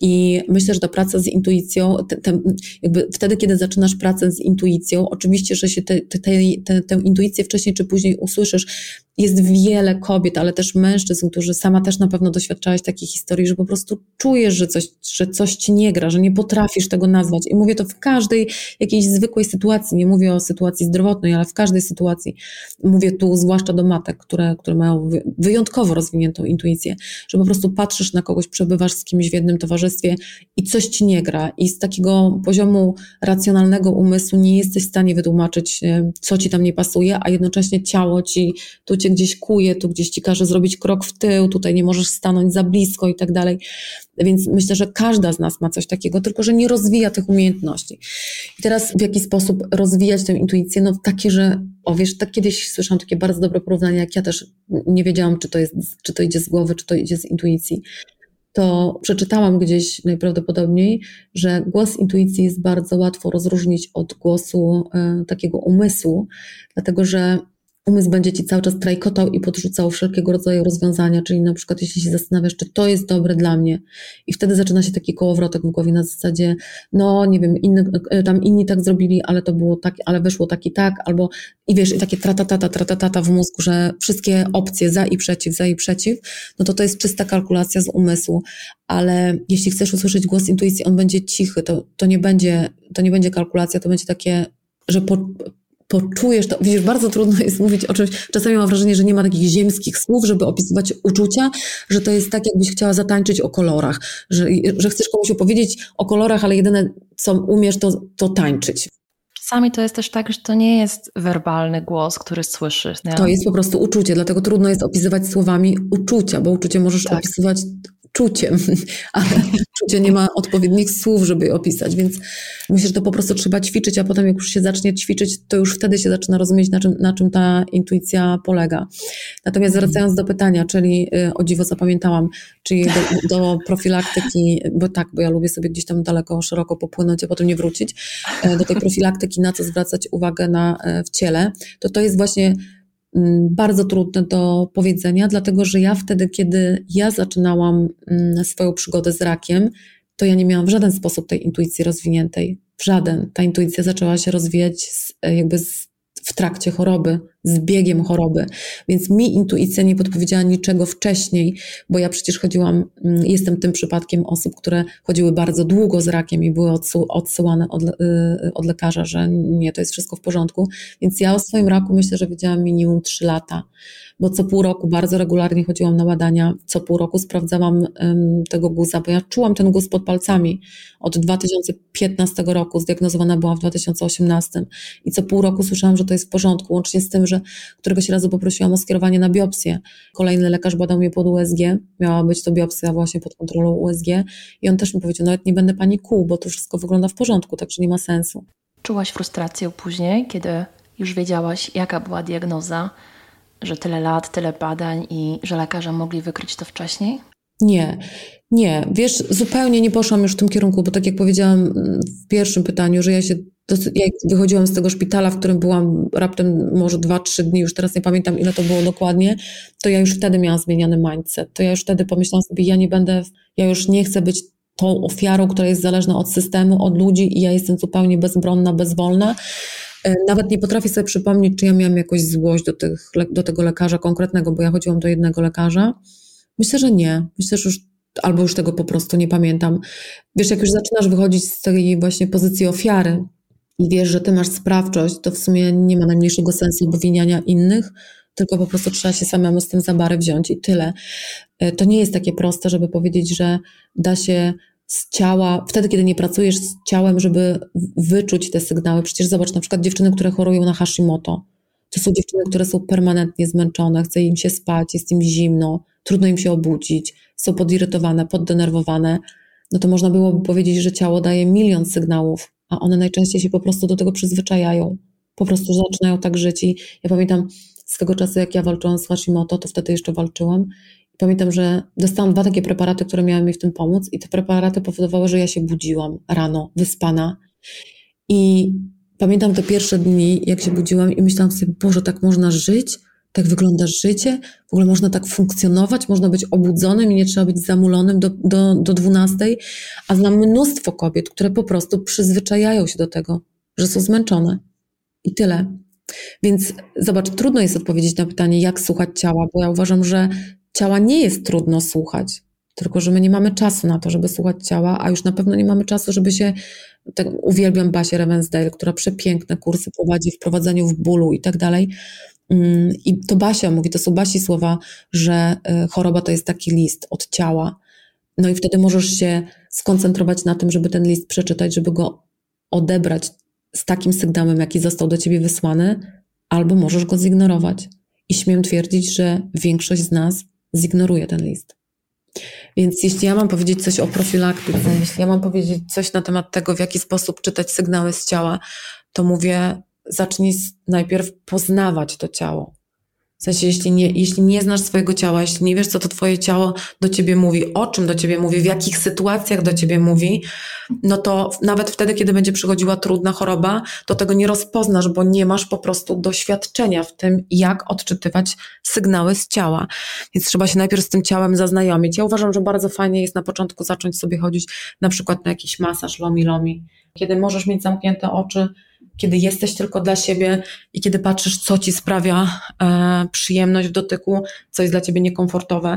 I myślę, że ta praca z intuicją, te, te, jakby wtedy, kiedy zaczynasz pracę z intuicją, oczywiście, że się te, te, te, te, tę intuicję wcześniej czy później później usłyszysz. Jest wiele kobiet, ale też mężczyzn, którzy, sama też na pewno doświadczałaś takich historii, że po prostu czujesz, że coś, że coś ci nie gra, że nie potrafisz tego nazwać. I mówię to w każdej jakiejś zwykłej sytuacji, nie mówię o sytuacji zdrowotnej, ale w każdej sytuacji. Mówię tu zwłaszcza do matek, które, które mają wyjątkowo rozwiniętą intuicję, że po prostu patrzysz na kogoś, przebywasz z kimś w jednym towarzystwie i coś ci nie gra i z takiego poziomu racjonalnego umysłu nie jesteś w stanie wytłumaczyć, co ci tam nie pasuje, a jednocześnie ciało ci tu cię gdzieś kuje, tu gdzieś ci każe zrobić krok w tył, tutaj nie możesz stanąć za blisko i tak dalej. Więc myślę, że każda z nas ma coś takiego, tylko że nie rozwija tych umiejętności. I teraz w jaki sposób rozwijać tę intuicję? No takie, że o wiesz, tak kiedyś słyszałam takie bardzo dobre porównanie, jak ja też nie wiedziałam, czy to jest, czy to idzie z głowy, czy to idzie z intuicji. To przeczytałam gdzieś najprawdopodobniej, że głos intuicji jest bardzo łatwo rozróżnić od głosu y, takiego umysłu, dlatego że umysł będzie ci cały czas trajkotał i podrzucał wszelkiego rodzaju rozwiązania, czyli na przykład jeśli się zastanawiasz, czy to jest dobre dla mnie i wtedy zaczyna się taki kołowrotek w głowie na zasadzie, no nie wiem, inny, tam inni tak zrobili, ale to było tak, ale wyszło tak i tak, albo i wiesz, i takie tratatata, tratatata w mózgu, że wszystkie opcje za i przeciw, za i przeciw, no to to jest czysta kalkulacja z umysłu, ale jeśli chcesz usłyszeć głos intuicji, on będzie cichy, to, to nie będzie, to nie będzie kalkulacja, to będzie takie, że po poczujesz to, widzisz, bardzo trudno jest mówić o czymś, czasami mam wrażenie, że nie ma takich ziemskich słów, żeby opisywać uczucia, że to jest tak, jakbyś chciała zatańczyć o kolorach, że, że chcesz komuś opowiedzieć o kolorach, ale jedyne, co umiesz, to, to tańczyć. Czasami to jest też tak, że to nie jest werbalny głos, który słyszysz. Nie? To jest po prostu uczucie, dlatego trudno jest opisywać słowami uczucia, bo uczucie możesz tak opisywać czuciem, ale czucie nie ma odpowiednich słów, żeby je opisać, więc myślę, że to po prostu trzeba ćwiczyć, a potem jak już się zacznie ćwiczyć, to już wtedy się zaczyna rozumieć, na czym, na czym ta intuicja polega. Natomiast wracając do pytania, czyli o dziwo zapamiętałam, czyli do, do profilaktyki, bo tak, bo ja lubię sobie gdzieś tam daleko, szeroko popłynąć, a potem nie wrócić, do tej profilaktyki, na co zwracać uwagę na, w ciele, to to jest właśnie bardzo trudne do powiedzenia, dlatego że ja wtedy, kiedy ja zaczynałam swoją przygodę z rakiem, to ja nie miałam w żaden sposób tej intuicji rozwiniętej. W żaden. Ta intuicja zaczęła się rozwijać z, jakby z, w trakcie choroby, z biegiem choroby. Więc mi intuicja nie podpowiedziała niczego wcześniej, bo ja przecież chodziłam, jestem tym przypadkiem osób, które chodziły bardzo długo z rakiem i były odsyłane od, od lekarza, że nie, to jest wszystko w porządku. Więc ja o swoim raku myślę, że wiedziałam minimum trzy lata, bo co pół roku bardzo regularnie chodziłam na badania, co pół roku sprawdzałam um, tego guza, bo ja czułam ten guz pod palcami od dwa tysiące piętnastego roku, zdiagnozowana byłam w dwa tysiące osiemnastym i co pół roku słyszałam, że to jest w porządku, łącznie z tym, że któregoś razu poprosiłam o skierowanie na biopsję. Kolejny lekarz badał mnie pod U S G, miała być to biopsja właśnie pod kontrolą U S G i on też mi powiedział, nawet nie będę pani kłuł, bo to wszystko wygląda w porządku, także nie ma sensu. Czułaś frustrację później, kiedy już wiedziałaś, jaka była diagnoza, że tyle lat, tyle badań i że lekarze mogli wykryć to wcześniej? Nie, nie. Wiesz, zupełnie nie poszłam już w tym kierunku, bo tak jak powiedziałam w pierwszym pytaniu, że ja się, jak wychodziłam z tego szpitala, w którym byłam raptem może dwa, trzy dni, już teraz nie pamiętam ile to było dokładnie, to ja już wtedy miałam zmieniony mindset. To ja już wtedy pomyślałam sobie, ja nie będę, ja już nie chcę być tą ofiarą, która jest zależna od systemu, od ludzi i ja jestem zupełnie bezbronna, bezwolna. Nawet nie potrafię sobie przypomnieć, czy ja miałam jakąś złość do, tych, do tego lekarza konkretnego, bo ja chodziłam do jednego lekarza. Myślę, że nie. Myślę, że już, albo już tego po prostu nie pamiętam. Wiesz, jak już zaczynasz wychodzić z tej właśnie pozycji ofiary i wiesz, że ty masz sprawczość, to w sumie nie ma najmniejszego sensu obwiniania innych, tylko po prostu trzeba się samemu z tym za barę wziąć i tyle. To nie jest takie proste, żeby powiedzieć, że da się z ciała, wtedy kiedy nie pracujesz z ciałem, żeby wyczuć te sygnały. Przecież zobacz, na przykład dziewczyny, które chorują na Hashimoto, to są dziewczyny, które są permanentnie zmęczone, chce im się spać, jest im zimno, trudno im się obudzić, są podirytowane, poddenerwowane, no to można byłoby powiedzieć, że ciało daje milion sygnałów, a one najczęściej się po prostu do tego przyzwyczajają. Po prostu zaczynają tak żyć i ja pamiętam swego czasu, jak ja walczyłam z Hashimoto, to wtedy jeszcze walczyłam. Pamiętam, że dostałam dwa takie preparaty, które miały mi w tym pomóc i te preparaty powodowały, że ja się budziłam rano, wyspana. I pamiętam te pierwsze dni, jak się budziłam i myślałam sobie, Boże, tak można żyć? Tak wygląda życie? W ogóle można tak funkcjonować? Można być obudzonym i nie trzeba być zamulonym do, do, do dwunastej? A znam mnóstwo kobiet, które po prostu przyzwyczajają się do tego, że są zmęczone. I tyle. Więc zobacz, trudno jest odpowiedzieć na pytanie, jak słuchać ciała, bo ja uważam, że ciała nie jest trudno słuchać, tylko że my nie mamy czasu na to, żeby słuchać ciała, a już na pewno nie mamy czasu, żeby się, tak, uwielbiam Basię Ravensdale, która przepiękne kursy prowadzi w prowadzeniu w bólu i tak dalej. I to Basia mówi, to są Basi słowa, że choroba to jest taki list od ciała. No i wtedy możesz się skoncentrować na tym, żeby ten list przeczytać, żeby go odebrać z takim sygnałem, jaki został do ciebie wysłany, albo możesz go zignorować. I śmiem twierdzić, że większość z nas zignoruje ten list. Więc jeśli ja mam powiedzieć coś o profilaktyce, jeśli ja mam powiedzieć coś na temat tego, w jaki sposób czytać sygnały z ciała, to mówię, zacznij najpierw poznawać to ciało. W sensie, jeśli nie, jeśli nie znasz swojego ciała, jeśli nie wiesz, co to twoje ciało do ciebie mówi, o czym do ciebie mówi, w jakich sytuacjach do ciebie mówi, no to nawet wtedy, kiedy będzie przychodziła trudna choroba, to tego nie rozpoznasz, bo nie masz po prostu doświadczenia w tym, jak odczytywać sygnały z ciała. Więc trzeba się najpierw z tym ciałem zaznajomić. Ja uważam, że bardzo fajnie jest na początku zacząć sobie chodzić na przykład na jakiś masaż lomi lomi, kiedy możesz mieć zamknięte oczy, kiedy jesteś tylko dla siebie i kiedy patrzysz, co ci sprawia e, przyjemność w dotyku, co jest dla ciebie niekomfortowe.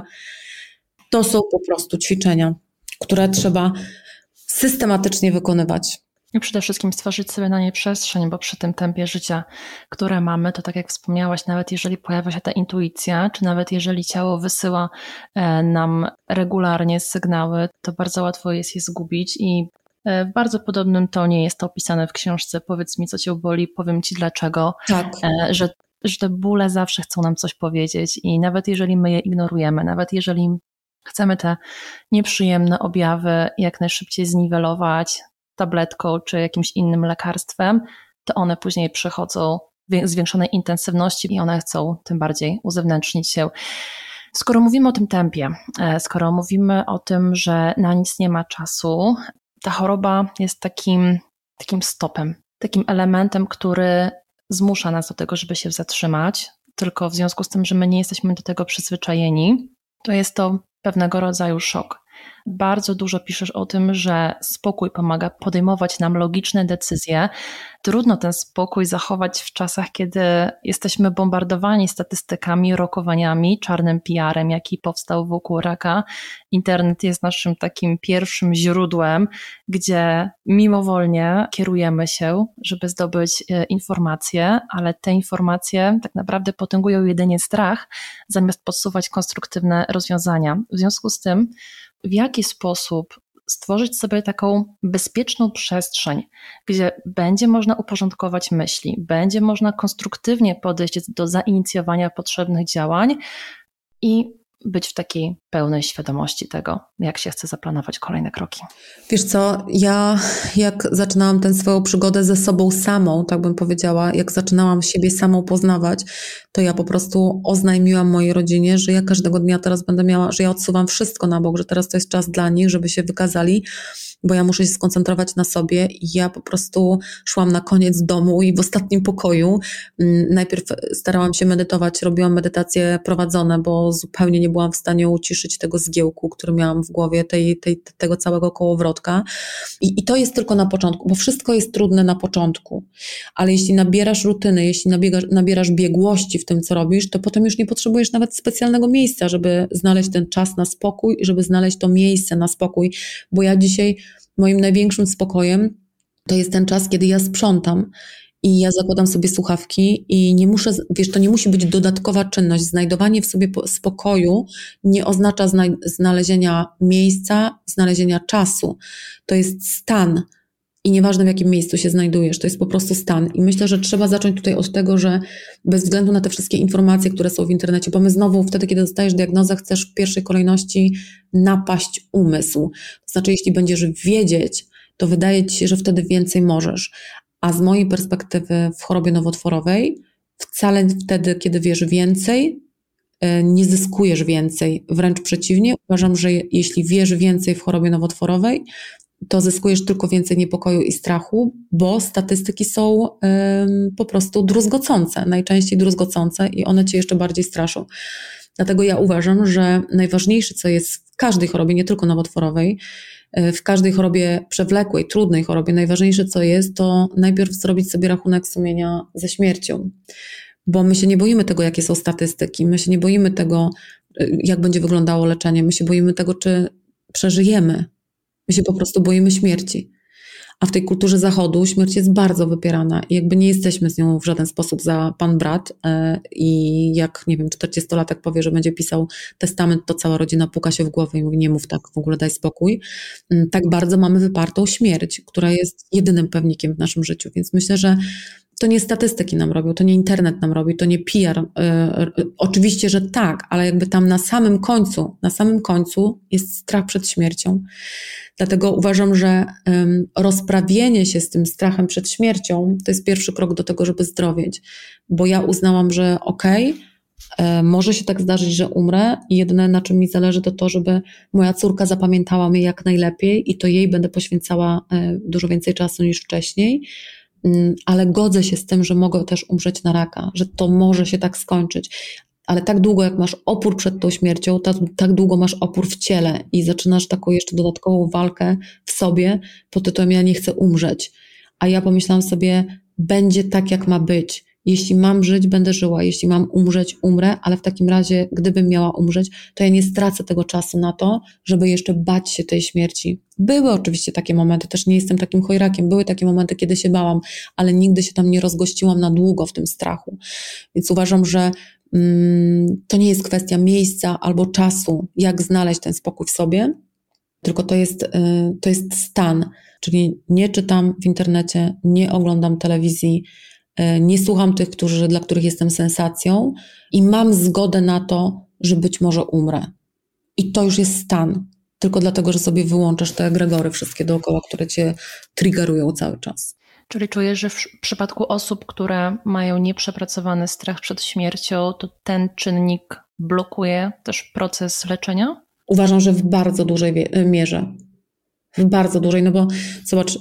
To są po prostu ćwiczenia, które trzeba systematycznie wykonywać. I przede wszystkim stworzyć sobie na nie przestrzeń, bo przy tym tempie życia, które mamy, to tak jak wspomniałaś, nawet jeżeli pojawia się ta intuicja, czy nawet jeżeli ciało wysyła e, nam regularnie sygnały, to bardzo łatwo jest je zgubić i w bardzo podobnym tonie jest to opisane w książce Powiedz mi, co cię boli, powiem ci dlaczego, tak. że, że te bóle zawsze chcą nam coś powiedzieć i nawet jeżeli my je ignorujemy, nawet jeżeli chcemy te nieprzyjemne objawy jak najszybciej zniwelować tabletką czy jakimś innym lekarstwem, to one później przychodzą w zwiększonej intensywności i one chcą tym bardziej uzewnętrznić się. Skoro mówimy o tym tempie, skoro mówimy o tym, że na nic nie ma czasu, ta choroba jest takim, takim stopem, takim elementem, który zmusza nas do tego, żeby się zatrzymać, tylko w związku z tym, że my nie jesteśmy do tego przyzwyczajeni, to jest to pewnego rodzaju szok. Bardzo dużo piszesz o tym, że spokój pomaga podejmować nam logiczne decyzje. Trudno ten spokój zachować w czasach, kiedy jesteśmy bombardowani statystykami, rokowaniami, czarnym P R em, jaki powstał wokół raka. Internet jest naszym takim pierwszym źródłem, gdzie mimowolnie kierujemy się, żeby zdobyć informacje, ale te informacje tak naprawdę potęgują jedynie strach, zamiast podsuwać konstruktywne rozwiązania. W związku z tym, w jaki sposób stworzyć sobie taką bezpieczną przestrzeń, gdzie będzie można uporządkować myśli, będzie można konstruktywnie podejść do zainicjowania potrzebnych działań i być w takiej pełnej świadomości tego, jak się chce zaplanować kolejne kroki. Wiesz co, ja jak zaczynałam tę swoją przygodę ze sobą samą, tak bym powiedziała, jak zaczynałam siebie samą poznawać, to ja po prostu oznajmiłam mojej rodzinie, że ja każdego dnia teraz będę miała, że ja odsuwam wszystko na bok, że teraz to jest czas dla nich, żeby się wykazali, bo ja muszę się skoncentrować na sobie i ja po prostu szłam na koniec domu i w ostatnim pokoju najpierw starałam się medytować, robiłam medytacje prowadzone, bo zupełnie nie byłam w stanie uciszyć tego zgiełku, który miałam w głowie, tej, tej, tego całego kołowrotka. I, I to jest tylko na początku, bo wszystko jest trudne na początku, ale jeśli nabierasz rutyny, jeśli nabiegasz, nabierasz biegłości w tym, co robisz, to potem już nie potrzebujesz nawet specjalnego miejsca, żeby znaleźć ten czas na spokój i żeby znaleźć to miejsce na spokój, bo ja dzisiaj moim największym spokojem to jest ten czas, kiedy ja sprzątam i ja zakładam sobie słuchawki i nie muszę, wiesz, to nie musi być dodatkowa czynność. Znajdowanie w sobie spokoju nie oznacza zna- znalezienia miejsca, znalezienia czasu. To jest stan i nieważne w jakim miejscu się znajdujesz, to jest po prostu stan. I myślę, że trzeba zacząć tutaj od tego, że bez względu na te wszystkie informacje, które są w internecie, bo my znowu wtedy, kiedy dostajesz diagnozę, chcesz w pierwszej kolejności napaść umysł. To znaczy, jeśli będziesz wiedzieć, to wydaje ci się, że wtedy więcej możesz. A z mojej perspektywy w chorobie nowotworowej wcale wtedy, kiedy wiesz więcej, nie zyskujesz więcej. Wręcz przeciwnie, uważam, że jeśli wiesz więcej w chorobie nowotworowej, to zyskujesz tylko więcej niepokoju i strachu, bo statystyki są ym, po prostu druzgocące, najczęściej druzgocące i one cię jeszcze bardziej straszą. Dlatego ja uważam, że najważniejsze, co jest w każdej chorobie, nie tylko nowotworowej, w każdej chorobie przewlekłej, trudnej chorobie, najważniejsze, co jest, to najpierw zrobić sobie rachunek sumienia ze śmiercią. Bo my się nie boimy tego, jakie są statystyki, my się nie boimy tego, jak będzie wyglądało leczenie, my się boimy tego, czy przeżyjemy. My się po prostu boimy śmierci. A w tej kulturze zachodu śmierć jest bardzo wypierana i jakby nie jesteśmy z nią w żaden sposób za pan brat i jak, nie wiem, czterdziestolatek powie, że będzie pisał testament, to cała rodzina puka się w głowę i mówi, nie mów tak, w ogóle daj spokój. Tak bardzo mamy wypartą śmierć, która jest jedynym pewnikiem w naszym życiu, więc myślę, że to nie statystyki nam robią, to nie internet nam robi, to nie P R. Yy, oczywiście, że tak, ale jakby tam na samym końcu, na samym końcu jest strach przed śmiercią. Dlatego uważam, że yy, rozprawienie się z tym strachem przed śmiercią to jest pierwszy krok do tego, żeby zdrowieć. Bo ja uznałam, że okej, okay, yy, może się tak zdarzyć, że umrę i jedyne, na czym mi zależy, to to, żeby moja córka zapamiętała mnie jak najlepiej i to jej będę poświęcała yy, dużo więcej czasu niż wcześniej. Ale godzę się z tym, że mogę też umrzeć na raka, że to może się tak skończyć. Ale tak długo, jak masz opór przed tą śmiercią, tak, tak długo masz opór w ciele i zaczynasz taką jeszcze dodatkową walkę w sobie pod tytułem ja nie chcę umrzeć. A ja pomyślałam sobie, będzie tak, jak ma być. Jeśli mam żyć, będę żyła. Jeśli mam umrzeć, umrę, ale w takim razie, gdybym miała umrzeć, to ja nie stracę tego czasu na to, żeby jeszcze bać się tej śmierci. Były oczywiście takie momenty, też nie jestem takim chojrakiem, były takie momenty, kiedy się bałam, ale nigdy się tam nie rozgościłam na długo w tym strachu. Więc uważam, że mm, to nie jest kwestia miejsca albo czasu, jak znaleźć ten spokój w sobie, tylko to jest, y, to jest stan. Czyli nie czytam w internecie, nie oglądam telewizji, nie słucham tych, którzy, dla których jestem sensacją i mam zgodę na to, że być może umrę. I to już jest stan. Tylko dlatego, że sobie wyłączasz te egregory wszystkie dookoła, które cię triggerują cały czas. Czyli czujesz, że w przypadku osób, które mają nieprzepracowany strach przed śmiercią, to ten czynnik blokuje też proces leczenia? Uważam, że w bardzo dużej mierze. W bardzo dużej, no bo zobacz,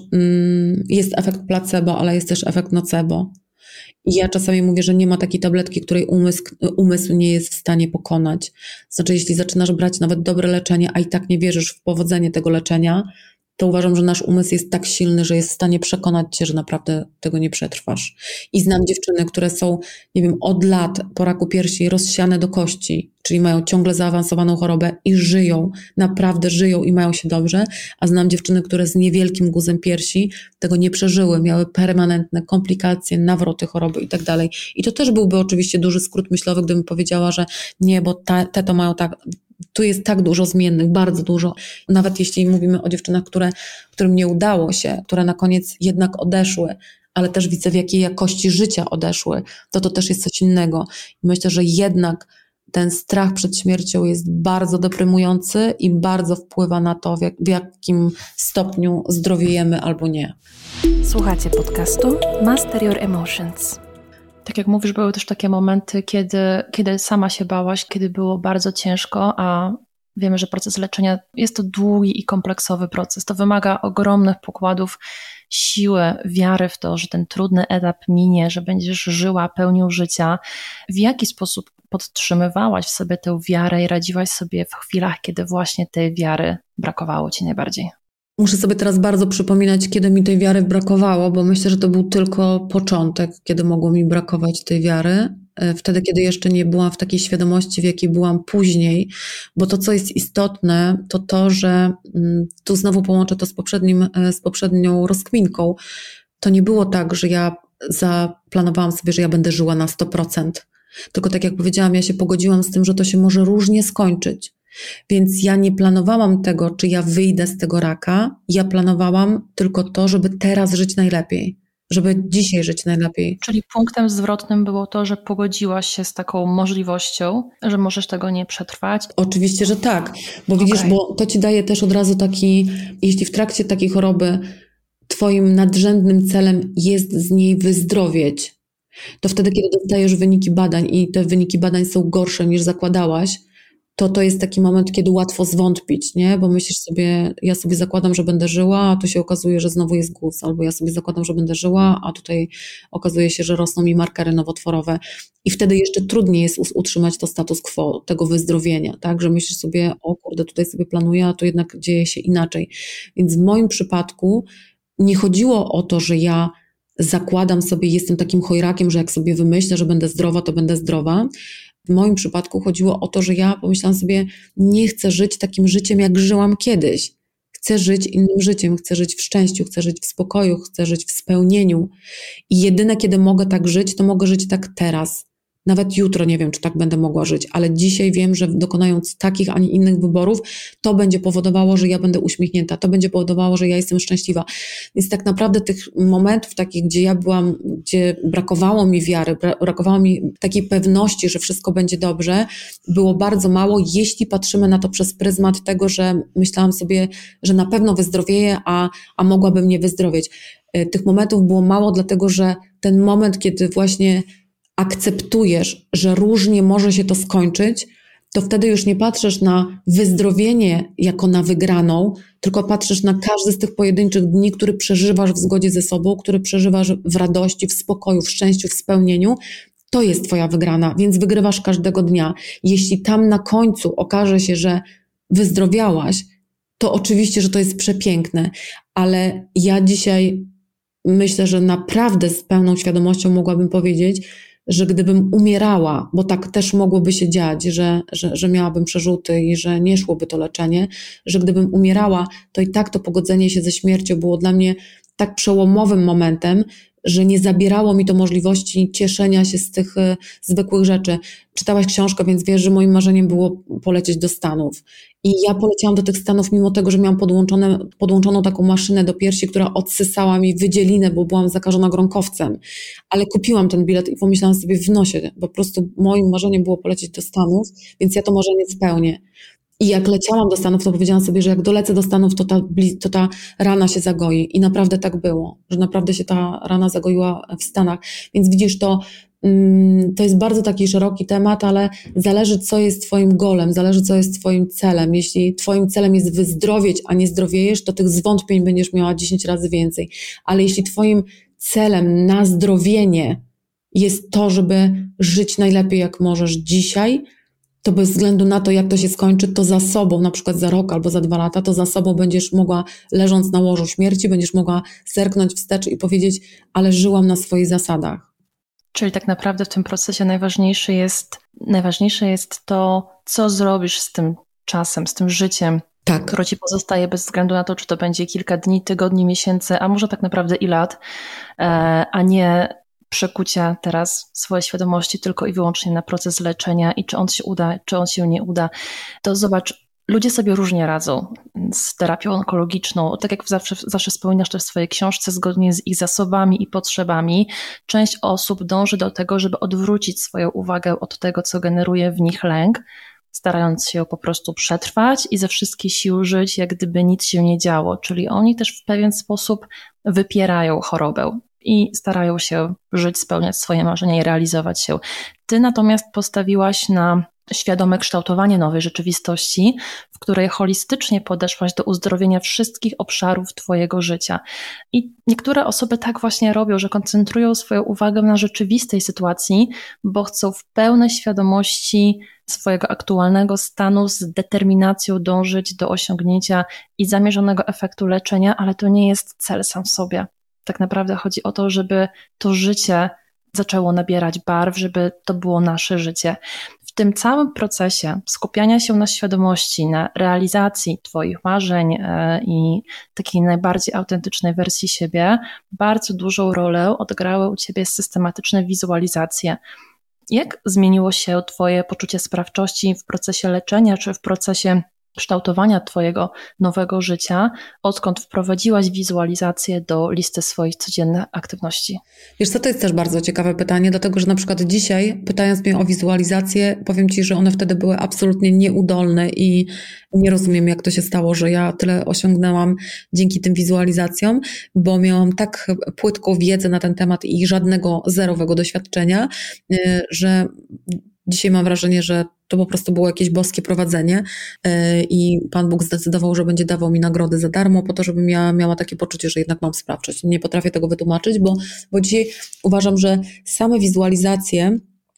jest efekt placebo, ale jest też efekt nocebo. I ja czasami mówię, że nie ma takiej tabletki, której umysł, umysł nie jest w stanie pokonać. Znaczy, jeśli zaczynasz brać nawet dobre leczenie, a i tak nie wierzysz w powodzenie tego leczenia, to uważam, że nasz umysł jest tak silny, że jest w stanie przekonać cię, że naprawdę tego nie przetrwasz. I znam dziewczyny, które są, nie wiem, od lat po raku piersi rozsiane do kości, czyli mają ciągle zaawansowaną chorobę i żyją, naprawdę żyją i mają się dobrze, a znam dziewczyny, które z niewielkim guzem piersi tego nie przeżyły, miały permanentne komplikacje, nawroty choroby i tak dalej. I to też byłby oczywiście duży skrót myślowy, gdybym powiedziała, że nie, bo te, te to mają tak... Tu jest tak dużo zmiennych, bardzo dużo. Nawet jeśli mówimy o dziewczynach, które, którym nie udało się, które na koniec jednak odeszły, ale też widzę, w jakiej jakości życia odeszły, to to też jest coś innego. I myślę, że jednak ten strach przed śmiercią jest bardzo deprymujący i bardzo wpływa na to, w, jak, w jakim stopniu zdrowiejemy albo nie. Słuchacie podcastu Master Your Emotions. Tak jak mówisz, były też takie momenty, kiedy, kiedy sama się bałaś, kiedy było bardzo ciężko, a wiemy, że proces leczenia jest to długi i kompleksowy proces. To wymaga ogromnych pokładów siły, wiary w to, że ten trudny etap minie, że będziesz żyła pełnią życia. W jaki sposób podtrzymywałaś w sobie tę wiarę i radziłaś sobie w chwilach, kiedy właśnie tej wiary brakowało ci najbardziej? Muszę sobie teraz bardzo przypominać, kiedy mi tej wiary brakowało, bo myślę, że to był tylko początek, kiedy mogło mi brakować tej wiary. Wtedy, kiedy jeszcze nie byłam w takiej świadomości, w jakiej byłam później, bo to, co jest istotne, to to, że tu znowu połączę to z, poprzednim, z poprzednią rozkminką. To nie było tak, że ja zaplanowałam sobie, że ja będę żyła na sto procent. Tylko tak jak powiedziałam, ja się pogodziłam z tym, że to się może różnie skończyć. Więc ja nie planowałam tego, czy ja wyjdę z tego raka, ja planowałam tylko to, żeby teraz żyć najlepiej, żeby dzisiaj żyć najlepiej. Czyli punktem zwrotnym było to, że pogodziłaś się z taką możliwością, że możesz tego nie przetrwać? Oczywiście, że tak, bo widzisz, okay. Bo to ci daje też od razu taki, jeśli w trakcie takiej choroby twoim nadrzędnym celem jest z niej wyzdrowieć, to wtedy, kiedy dostajesz wyniki badań i te wyniki badań są gorsze niż zakładałaś, to to jest taki moment, kiedy łatwo zwątpić, nie? Bo myślisz sobie, ja sobie zakładam, że będę żyła, a tu się okazuje, że znowu jest guz, albo ja sobie zakładam, że będę żyła, a tutaj okazuje się, że rosną mi markery nowotworowe i wtedy jeszcze trudniej jest utrzymać to status quo, tego wyzdrowienia, tak? Że myślisz sobie, o kurde, tutaj sobie planuję, a to jednak dzieje się inaczej. Więc w moim przypadku nie chodziło o to, że ja zakładam sobie, jestem takim chojrakiem, że jak sobie wymyślę, że będę zdrowa, to będę zdrowa. W moim przypadku chodziło o to, że ja pomyślałam sobie, nie chcę żyć takim życiem, jak żyłam kiedyś. Chcę żyć innym życiem, chcę żyć w szczęściu, chcę żyć w spokoju, chcę żyć w spełnieniu. I jedyne, kiedy mogę tak żyć, to mogę żyć tak teraz. Nawet jutro nie wiem, czy tak będę mogła żyć, ale dzisiaj wiem, że dokonując takich, a nie innych wyborów, to będzie powodowało, że ja będę uśmiechnięta, to będzie powodowało, że ja jestem szczęśliwa. Więc tak naprawdę tych momentów takich, gdzie ja byłam, gdzie brakowało mi wiary, brakowało mi takiej pewności, że wszystko będzie dobrze, było bardzo mało, jeśli patrzymy na to przez pryzmat tego, że myślałam sobie, że na pewno wyzdrowieję, a, a mogłabym nie wyzdrowieć. Tych momentów było mało, dlatego że ten moment, kiedy właśnie akceptujesz, że różnie może się to skończyć, to wtedy już nie patrzysz na wyzdrowienie jako na wygraną, tylko patrzysz na każdy z tych pojedynczych dni, który przeżywasz w zgodzie ze sobą, który przeżywasz w radości, w spokoju, w szczęściu, w spełnieniu. To jest twoja wygrana, więc wygrywasz każdego dnia. Jeśli tam na końcu okaże się, że wyzdrowiałaś, to oczywiście, że to jest przepiękne, ale ja dzisiaj myślę, że naprawdę z pełną świadomością mogłabym powiedzieć, że gdybym umierała, bo tak też mogłoby się dziać, że, że, że miałabym przerzuty i że nie szłoby to leczenie, że gdybym umierała, to i tak to pogodzenie się ze śmiercią było dla mnie tak przełomowym momentem, że nie zabierało mi to możliwości cieszenia się z tych y, zwykłych rzeczy. Czytałaś książkę, więc wiesz, że moim marzeniem było polecieć do Stanów. I ja poleciałam do tych Stanów mimo tego, że miałam podłączone, podłączoną taką maszynę do piersi, która odsysała mi wydzielinę, bo byłam zakażona gronkowcem. Ale kupiłam ten bilet i pomyślałam sobie w nosie, bo po prostu moim marzeniem było polecieć do Stanów, więc ja to marzenie spełnię. I jak leciałam do Stanów, to powiedziałam sobie, że jak dolecę do Stanów, to ta, to ta rana się zagoi. I naprawdę tak było, że naprawdę się ta rana zagoiła w Stanach. Więc widzisz, to, mm, to jest bardzo taki szeroki temat, ale zależy, co jest twoim golem, zależy, co jest twoim celem. Jeśli twoim celem jest wyzdrowieć, a nie zdrowiejesz, to tych zwątpień będziesz miała dziesięć razy więcej. Ale jeśli twoim celem na zdrowienie jest to, żeby żyć najlepiej, jak możesz dzisiaj, to bez względu na to, jak to się skończy, to za sobą, na przykład za rok albo za dwa lata, to za sobą będziesz mogła, leżąc na łożu śmierci, będziesz mogła zerknąć wstecz i powiedzieć, ale żyłam na swoich zasadach. Czyli tak naprawdę w tym procesie najważniejsze jest, najważniejsze jest to, co zrobisz z tym czasem, z tym życiem, tak, które ci pozostaje bez względu na to, czy to będzie kilka dni, tygodni, miesięcy, a może tak naprawdę i lat, a nie przekucia teraz swojej świadomości tylko i wyłącznie na proces leczenia i czy on się uda, czy on się nie uda. To zobacz, ludzie sobie różnie radzą z terapią onkologiczną. Tak jak zawsze, zawsze wspominasz też w swojej książce, zgodnie z ich zasobami i potrzebami, część osób dąży do tego, żeby odwrócić swoją uwagę od tego, co generuje w nich lęk, starając się po prostu przetrwać i ze wszystkich sił żyć, jak gdyby nic się nie działo. Czyli oni też w pewien sposób wypierają chorobę i starają się żyć, spełniać swoje marzenia i realizować się. Ty natomiast postawiłaś na świadome kształtowanie nowej rzeczywistości, w której holistycznie podeszłaś do uzdrowienia wszystkich obszarów twojego życia. I niektóre osoby tak właśnie robią, że koncentrują swoją uwagę na rzeczywistej sytuacji, bo chcą w pełnej świadomości swojego aktualnego stanu z determinacją dążyć do osiągnięcia i zamierzonego efektu leczenia, ale to nie jest cel sam w sobie. Tak naprawdę chodzi o to, żeby to życie zaczęło nabierać barw, żeby to było nasze życie. W tym całym procesie skupiania się na świadomości, na realizacji twoich marzeń i takiej najbardziej autentycznej wersji siebie, bardzo dużą rolę odegrały u ciebie systematyczne wizualizacje. Jak zmieniło się twoje poczucie sprawczości w procesie leczenia, czy w procesie kształtowania twojego nowego życia, odkąd wprowadziłaś wizualizację do listy swoich codziennych aktywności? Wiesz co, to jest też bardzo ciekawe pytanie, dlatego że na przykład dzisiaj, pytając mnie o wizualizację, powiem ci, że one wtedy były absolutnie nieudolne i nie rozumiem, jak to się stało, że ja tyle osiągnęłam dzięki tym wizualizacjom, bo miałam tak płytką wiedzę na ten temat i żadnego zerowego doświadczenia, że dzisiaj mam wrażenie, że to po prostu było jakieś boskie prowadzenie i Pan Bóg zdecydował, że będzie dawał mi nagrody za darmo po to, żebym ja miała takie poczucie, że jednak mam sprawczość. Nie potrafię tego wytłumaczyć, bo, bo dzisiaj uważam, że same wizualizacje,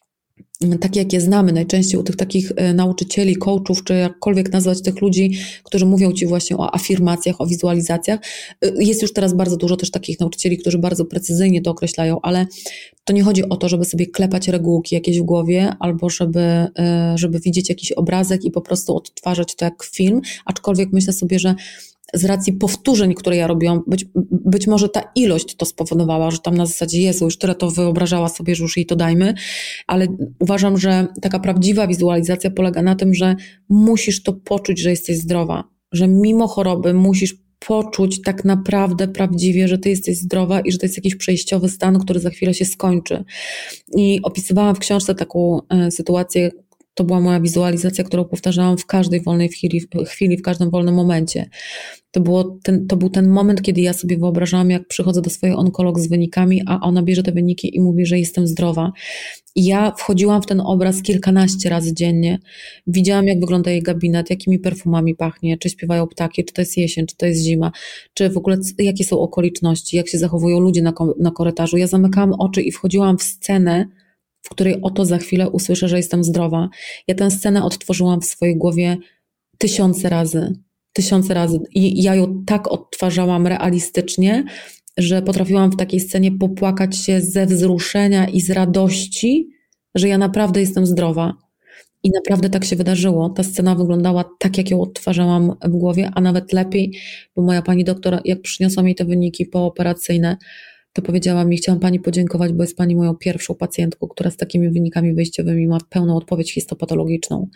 takie jak je znamy najczęściej u tych takich nauczycieli, coachów, czy jakkolwiek nazwać tych ludzi, którzy mówią Ci właśnie o afirmacjach, o wizualizacjach. Jest już teraz bardzo dużo też takich nauczycieli, którzy bardzo precyzyjnie to określają, ale to nie chodzi o to, żeby sobie klepać regułki jakieś w głowie, albo żeby, żeby widzieć jakiś obrazek i po prostu odtwarzać to jak film, aczkolwiek myślę sobie, że z racji powtórzeń, które ja robiłam, być, być może ta ilość to spowodowała, że tam na zasadzie Jezu, już tyle to wyobrażała sobie, że już jej to dajmy, ale uważam, że taka prawdziwa wizualizacja polega na tym, że musisz to poczuć, że jesteś zdrowa, że mimo choroby musisz poczuć tak naprawdę prawdziwie, że ty jesteś zdrowa i że to jest jakiś przejściowy stan, który za chwilę się skończy. I opisywałam w książce taką y, sytuację. To była moja wizualizacja, którą powtarzałam w każdej wolnej chwili, chwili w każdym wolnym momencie. To, było ten, to był ten moment, kiedy ja sobie wyobrażałam, jak przychodzę do swojej onkolog z wynikami, a ona bierze te wyniki i mówi, że jestem zdrowa. I ja wchodziłam w ten obraz kilkanaście razy dziennie. Widziałam, jak wygląda jej gabinet, jakimi perfumami pachnie, czy śpiewają ptaki, czy to jest jesień, czy to jest zima, czy w ogóle jakie są okoliczności, jak się zachowują ludzie na, na korytarzu. Ja zamykałam oczy i wchodziłam w scenę, w której oto za chwilę usłyszę, że jestem zdrowa. Ja tę scenę odtworzyłam w swojej głowie tysiące razy. Tysiące razy. I ja ją tak odtwarzałam realistycznie, że potrafiłam w takiej scenie popłakać się ze wzruszenia i z radości, że ja naprawdę jestem zdrowa. I naprawdę tak się wydarzyło. Ta scena wyglądała tak, jak ją odtwarzałam w głowie, a nawet lepiej, bo moja pani doktor, jak przyniosła mi te wyniki pooperacyjne, to powiedziała mi, chciałam pani podziękować, bo jest pani moją pierwszą pacjentką, która z takimi wynikami wyjściowymi ma pełną odpowiedź histopatologiczną.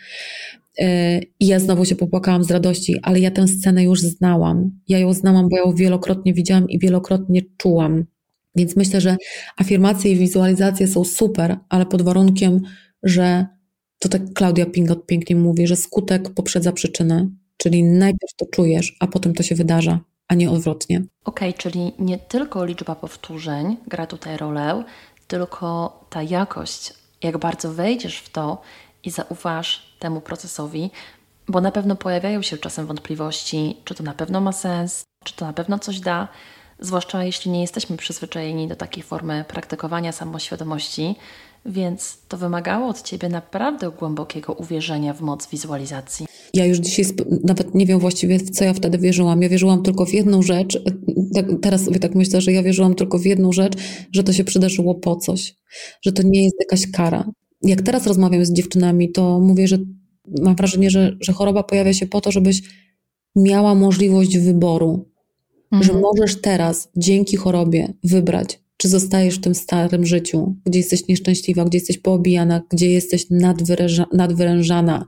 I ja znowu się popłakałam z radości, ale ja tę scenę już znałam. Ja ją znałam, bo ja ją wielokrotnie widziałam i wielokrotnie czułam. Więc myślę, że afirmacje i wizualizacje są super, ale pod warunkiem, że to tak Klaudia Pingot pięknie mówi, że skutek poprzedza przyczynę, czyli najpierw to czujesz, a potem to się wydarza, a nie odwrotnie. Okej, okay, czyli nie tylko liczba powtórzeń gra tutaj rolę, tylko ta jakość, jak bardzo wejdziesz w to i zaufasz temu procesowi, bo na pewno pojawiają się czasem wątpliwości, czy to na pewno ma sens, czy to na pewno coś da, zwłaszcza jeśli nie jesteśmy przyzwyczajeni do takiej formy praktykowania samoświadomości, więc to wymagało od Ciebie naprawdę głębokiego uwierzenia w moc wizualizacji. Ja już dzisiaj nawet nie wiem właściwie, w co ja wtedy wierzyłam. Ja wierzyłam tylko w jedną rzecz, tak, teraz sobie tak myślę, że ja wierzyłam tylko w jedną rzecz, że to się przydarzyło po coś, że to nie jest jakaś kara. Jak teraz rozmawiam z dziewczynami, to mówię, że mam wrażenie, że, że choroba pojawia się po to, żebyś miała możliwość wyboru, mhm. że możesz teraz dzięki chorobie wybrać, czy zostajesz w tym starym życiu, gdzie jesteś nieszczęśliwa, gdzie jesteś poobijana, gdzie jesteś nadwyręża, nadwyrężana,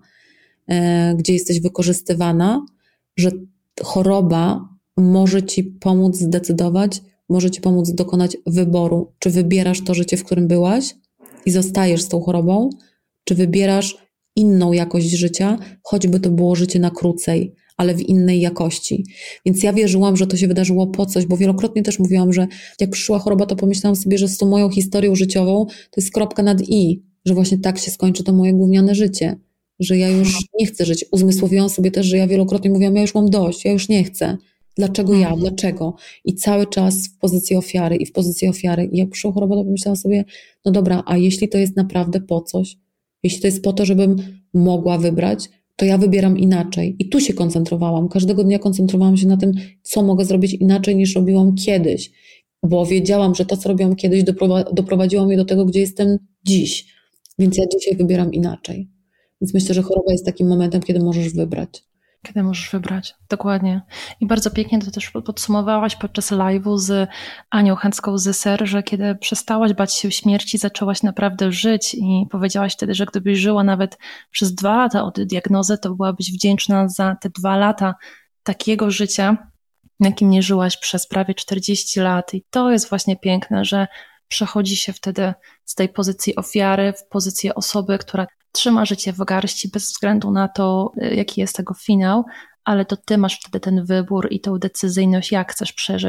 e, gdzie jesteś wykorzystywana, że choroba może Ci pomóc zdecydować, może Ci pomóc dokonać wyboru, czy wybierasz to życie, w którym byłaś i zostajesz z tą chorobą, czy wybierasz inną jakość życia, choćby to było życie na krócej, ale w innej jakości. Więc ja wierzyłam, że to się wydarzyło po coś, bo wielokrotnie też mówiłam, że jak przyszła choroba, to pomyślałam sobie, że z tą moją historią życiową to jest kropka nad i, że właśnie tak się skończy to moje gówniane życie, że ja już nie chcę żyć. Uzmysłowiłam sobie też, że ja wielokrotnie mówiłam, ja już mam dość, ja już nie chcę. Dlaczego ja? Dlaczego? I cały czas w pozycji ofiary i w pozycji ofiary. I jak przyszła choroba, to pomyślałam sobie, no dobra, a jeśli to jest naprawdę po coś, jeśli to jest po to, żebym mogła wybrać, to ja wybieram inaczej. I tu się koncentrowałam. Każdego dnia koncentrowałam się na tym, co mogę zrobić inaczej niż robiłam kiedyś. Bo wiedziałam, że to, co robiłam kiedyś, doprowadziło mnie do tego, gdzie jestem dziś. Więc ja dzisiaj wybieram inaczej. Więc myślę, że choroba jest takim momentem, kiedy możesz wybrać. Kiedy możesz wybrać, dokładnie. I bardzo pięknie to też podsumowałaś podczas live'u z Anią Chęcką z Ser, że kiedy przestałaś bać się śmierci, zaczęłaś naprawdę żyć i powiedziałaś wtedy, że gdybyś żyła nawet przez dwa lata od diagnozy, to byłabyś wdzięczna za te dwa lata takiego życia, jakim nie żyłaś przez prawie czterdzieści lat. I to jest właśnie piękne, że przechodzi się wtedy z tej pozycji ofiary w pozycję osoby, która trzyma życie w garści bez względu na to, jaki jest tego finał, ale to ty masz wtedy ten wybór i tą decyzyjność, jak chcesz przeżyć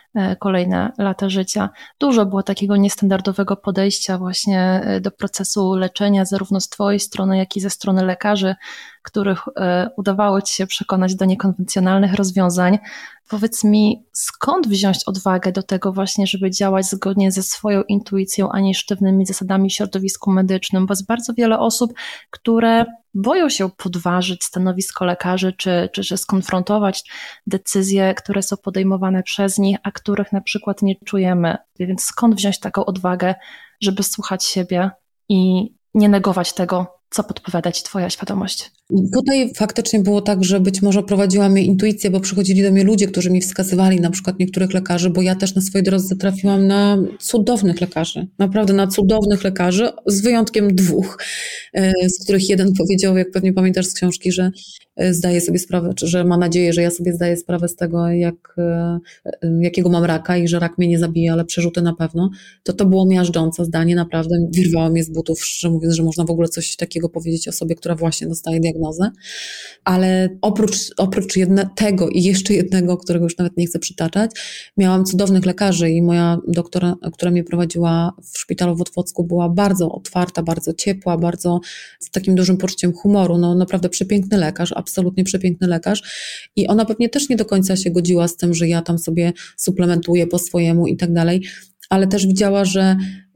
kolejne lata życia. Dużo było takiego niestandardowego podejścia właśnie do procesu leczenia, zarówno z twojej strony, jak i ze strony lekarzy, których udawało ci się przekonać do niekonwencjonalnych rozwiązań. Powiedz mi, skąd wziąć odwagę do tego właśnie, żeby działać zgodnie ze swoją intuicją, a nie sztywnymi zasadami w środowisku medycznym? Bo jest bardzo wiele osób, które boją się podważyć stanowisko lekarzy, czy, czy, czy skonfrontować decyzje, które są podejmowane przez nich, a których na przykład nie czujemy. Więc skąd wziąć taką odwagę, żeby słuchać siebie i nie negować tego, co podpowiada ci twoja świadomość? Tutaj faktycznie było tak, że być może prowadziła mnie intuicja, bo przychodzili do mnie ludzie, którzy mi wskazywali na przykład niektórych lekarzy, bo ja też na swojej drodze trafiłam na cudownych lekarzy, naprawdę na cudownych lekarzy, z wyjątkiem dwóch, z których jeden powiedział, jak pewnie pamiętasz z książki, że zdaje sobie sprawę, że ma nadzieję, że ja sobie zdaję sprawę z tego, jak, jakiego mam raka i że rak mnie nie zabije, ale przerzuty na pewno, to to było miażdżące zdanie, naprawdę wyrwało mnie z butów, szczerze mówiąc, że można w ogóle coś takiego powiedzieć osobie, która właśnie dostaje diagnozę, ale oprócz, oprócz jedne, tego i jeszcze jednego, którego już nawet nie chcę przytaczać, miałam cudownych lekarzy i moja doktora, która mnie prowadziła w szpitalu w Otwocku, była bardzo otwarta, bardzo ciepła, bardzo z takim dużym poczuciem humoru, no naprawdę przepiękny lekarz, absolutnie przepiękny lekarz i ona pewnie też nie do końca się godziła z tym, że ja tam sobie suplementuję po swojemu i tak dalej, ale też widziała, że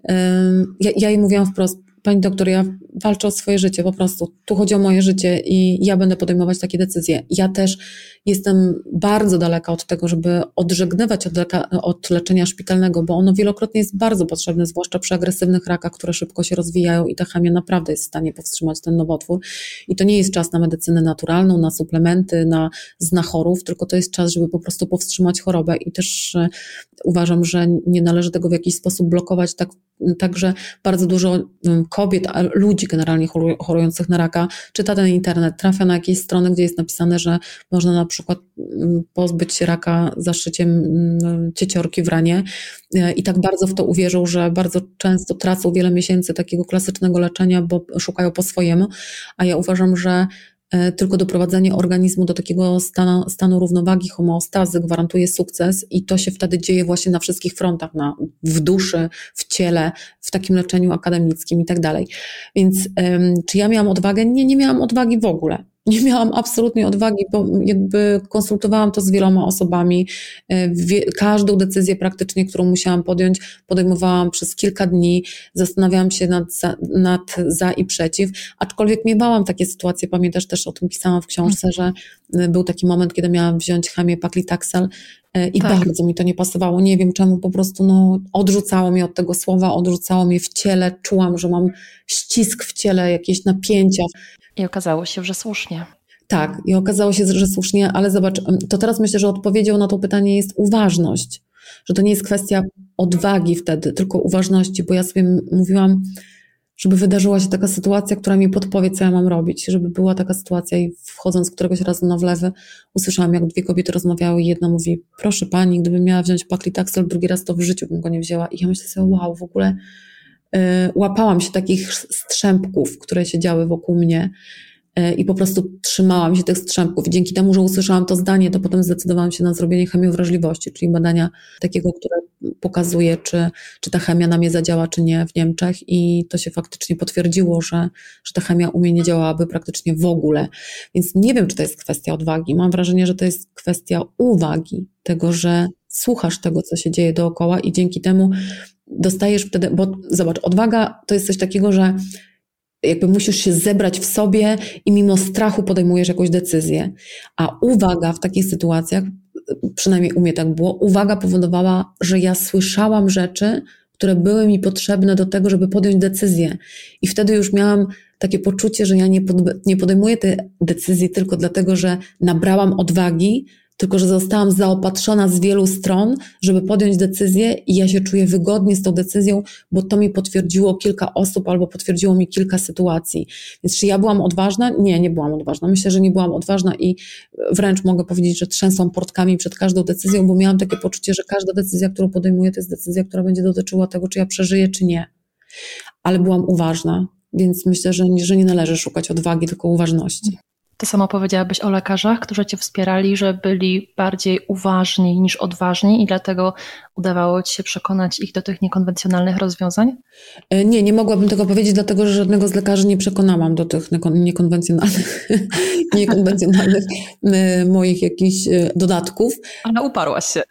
um, ja, ja jej mówiłam wprost: pani doktor, ja walczę o swoje życie, po prostu. Tu chodzi o moje życie i ja będę podejmować takie decyzje. Ja też jestem bardzo daleka od tego, żeby odżegnywać od, leka, od leczenia szpitalnego, bo ono wielokrotnie jest bardzo potrzebne, zwłaszcza przy agresywnych rakach, które szybko się rozwijają i ta chemia naprawdę jest w stanie powstrzymać ten nowotwór. I to nie jest czas na medycynę naturalną, na suplementy, na znachorów, tylko to jest czas, żeby po prostu powstrzymać chorobę i też e, uważam, że nie należy tego w jakiś sposób blokować, tak, także bardzo dużo kobiet, a ludzi generalnie chorujących na raka czyta ten internet, trafia na jakieś strony, gdzie jest napisane, że można na przykład pozbyć się raka zaszyciem cieciorki w ranie i tak bardzo w to uwierzą, że bardzo często tracą wiele miesięcy takiego klasycznego leczenia, bo szukają po swojemu, a ja uważam, że tylko doprowadzenie organizmu do takiego stanu, stanu równowagi, homeostazy gwarantuje sukces i to się wtedy dzieje właśnie na wszystkich frontach, na, w duszy, w ciele, w takim leczeniu akademickim i tak dalej. Więc um, czy ja miałam odwagę? Nie, nie miałam odwagi w ogóle. Nie miałam absolutnie odwagi, bo jakby konsultowałam to z wieloma osobami. Wie, każdą decyzję praktycznie, którą musiałam podjąć, podejmowałam przez kilka dni, zastanawiałam się nad za, nad za i przeciw, aczkolwiek miewałam takie sytuacje, pamiętasz, też o tym pisałam w książce, że był taki moment, kiedy miałam wziąć chemię Paclitaxel i tak. Bardzo mi to nie pasowało, nie wiem czemu, po prostu no, odrzucało mnie od tego słowa, odrzucało mnie w ciele, czułam, że mam ścisk w ciele, jakieś napięcia. I okazało się, że słusznie. Tak, i okazało się, że słusznie, ale zobacz, to teraz myślę, że odpowiedzią na to pytanie jest uważność, że to nie jest kwestia odwagi wtedy, tylko uważności, bo ja sobie mówiłam, żeby wydarzyła się taka sytuacja, która mi podpowie, co ja mam robić, żeby była taka sytuacja i wchodząc któregoś razu na wlewy, usłyszałam, jak dwie kobiety rozmawiały i jedna mówi: proszę pani, gdybym miała wziąć Paclitaxel drugi raz, to w życiu bym go nie wzięła. I ja myślę sobie, wow, w ogóle yy, łapałam się takich strzępków, które się działy wokół mnie i po prostu trzymałam się tych strzępków. I dzięki temu, że usłyszałam to zdanie, to potem zdecydowałam się na zrobienie chemiowrażliwości, czyli badania takiego, które pokazuje, czy, czy ta chemia na mnie zadziała, czy nie w Niemczech. I to się faktycznie potwierdziło, że, że ta chemia u mnie nie działałaby praktycznie w ogóle. Więc nie wiem, czy to jest kwestia odwagi. Mam wrażenie, że to jest kwestia uwagi, tego, że słuchasz tego, co się dzieje dookoła i dzięki temu dostajesz wtedy, bo zobacz, odwaga to jest coś takiego, że jakby musisz się zebrać w sobie i mimo strachu podejmujesz jakąś decyzję. A uwaga w takich sytuacjach, przynajmniej u mnie tak było, uwaga powodowała, że ja słyszałam rzeczy, które były mi potrzebne do tego, żeby podjąć decyzję. I wtedy już miałam takie poczucie, że ja nie, pod, nie podejmuję tej decyzji tylko dlatego, że nabrałam odwagi, tylko że zostałam zaopatrzona z wielu stron, żeby podjąć decyzję i ja się czuję wygodnie z tą decyzją, bo to mi potwierdziło kilka osób albo potwierdziło mi kilka sytuacji. Więc czy ja byłam odważna? Nie, nie byłam odważna. Myślę, że nie byłam odważna i wręcz mogę powiedzieć, że trzęsłam portkami przed każdą decyzją, bo miałam takie poczucie, że każda decyzja, którą podejmuję, to jest decyzja, która będzie dotyczyła tego, czy ja przeżyję, czy nie. Ale byłam uważna, więc myślę, że nie, że nie należy szukać odwagi, tylko uważności. To samo powiedziałabyś o lekarzach, którzy cię wspierali, że byli bardziej uważni niż odważni i dlatego udawało ci się przekonać ich do tych niekonwencjonalnych rozwiązań? Nie, nie mogłabym tego powiedzieć, dlatego że żadnego z lekarzy nie przekonałam do tych niekonwencjonalnych, niekonwencjonalnych moich jakichś dodatków. Ale uparłaś się.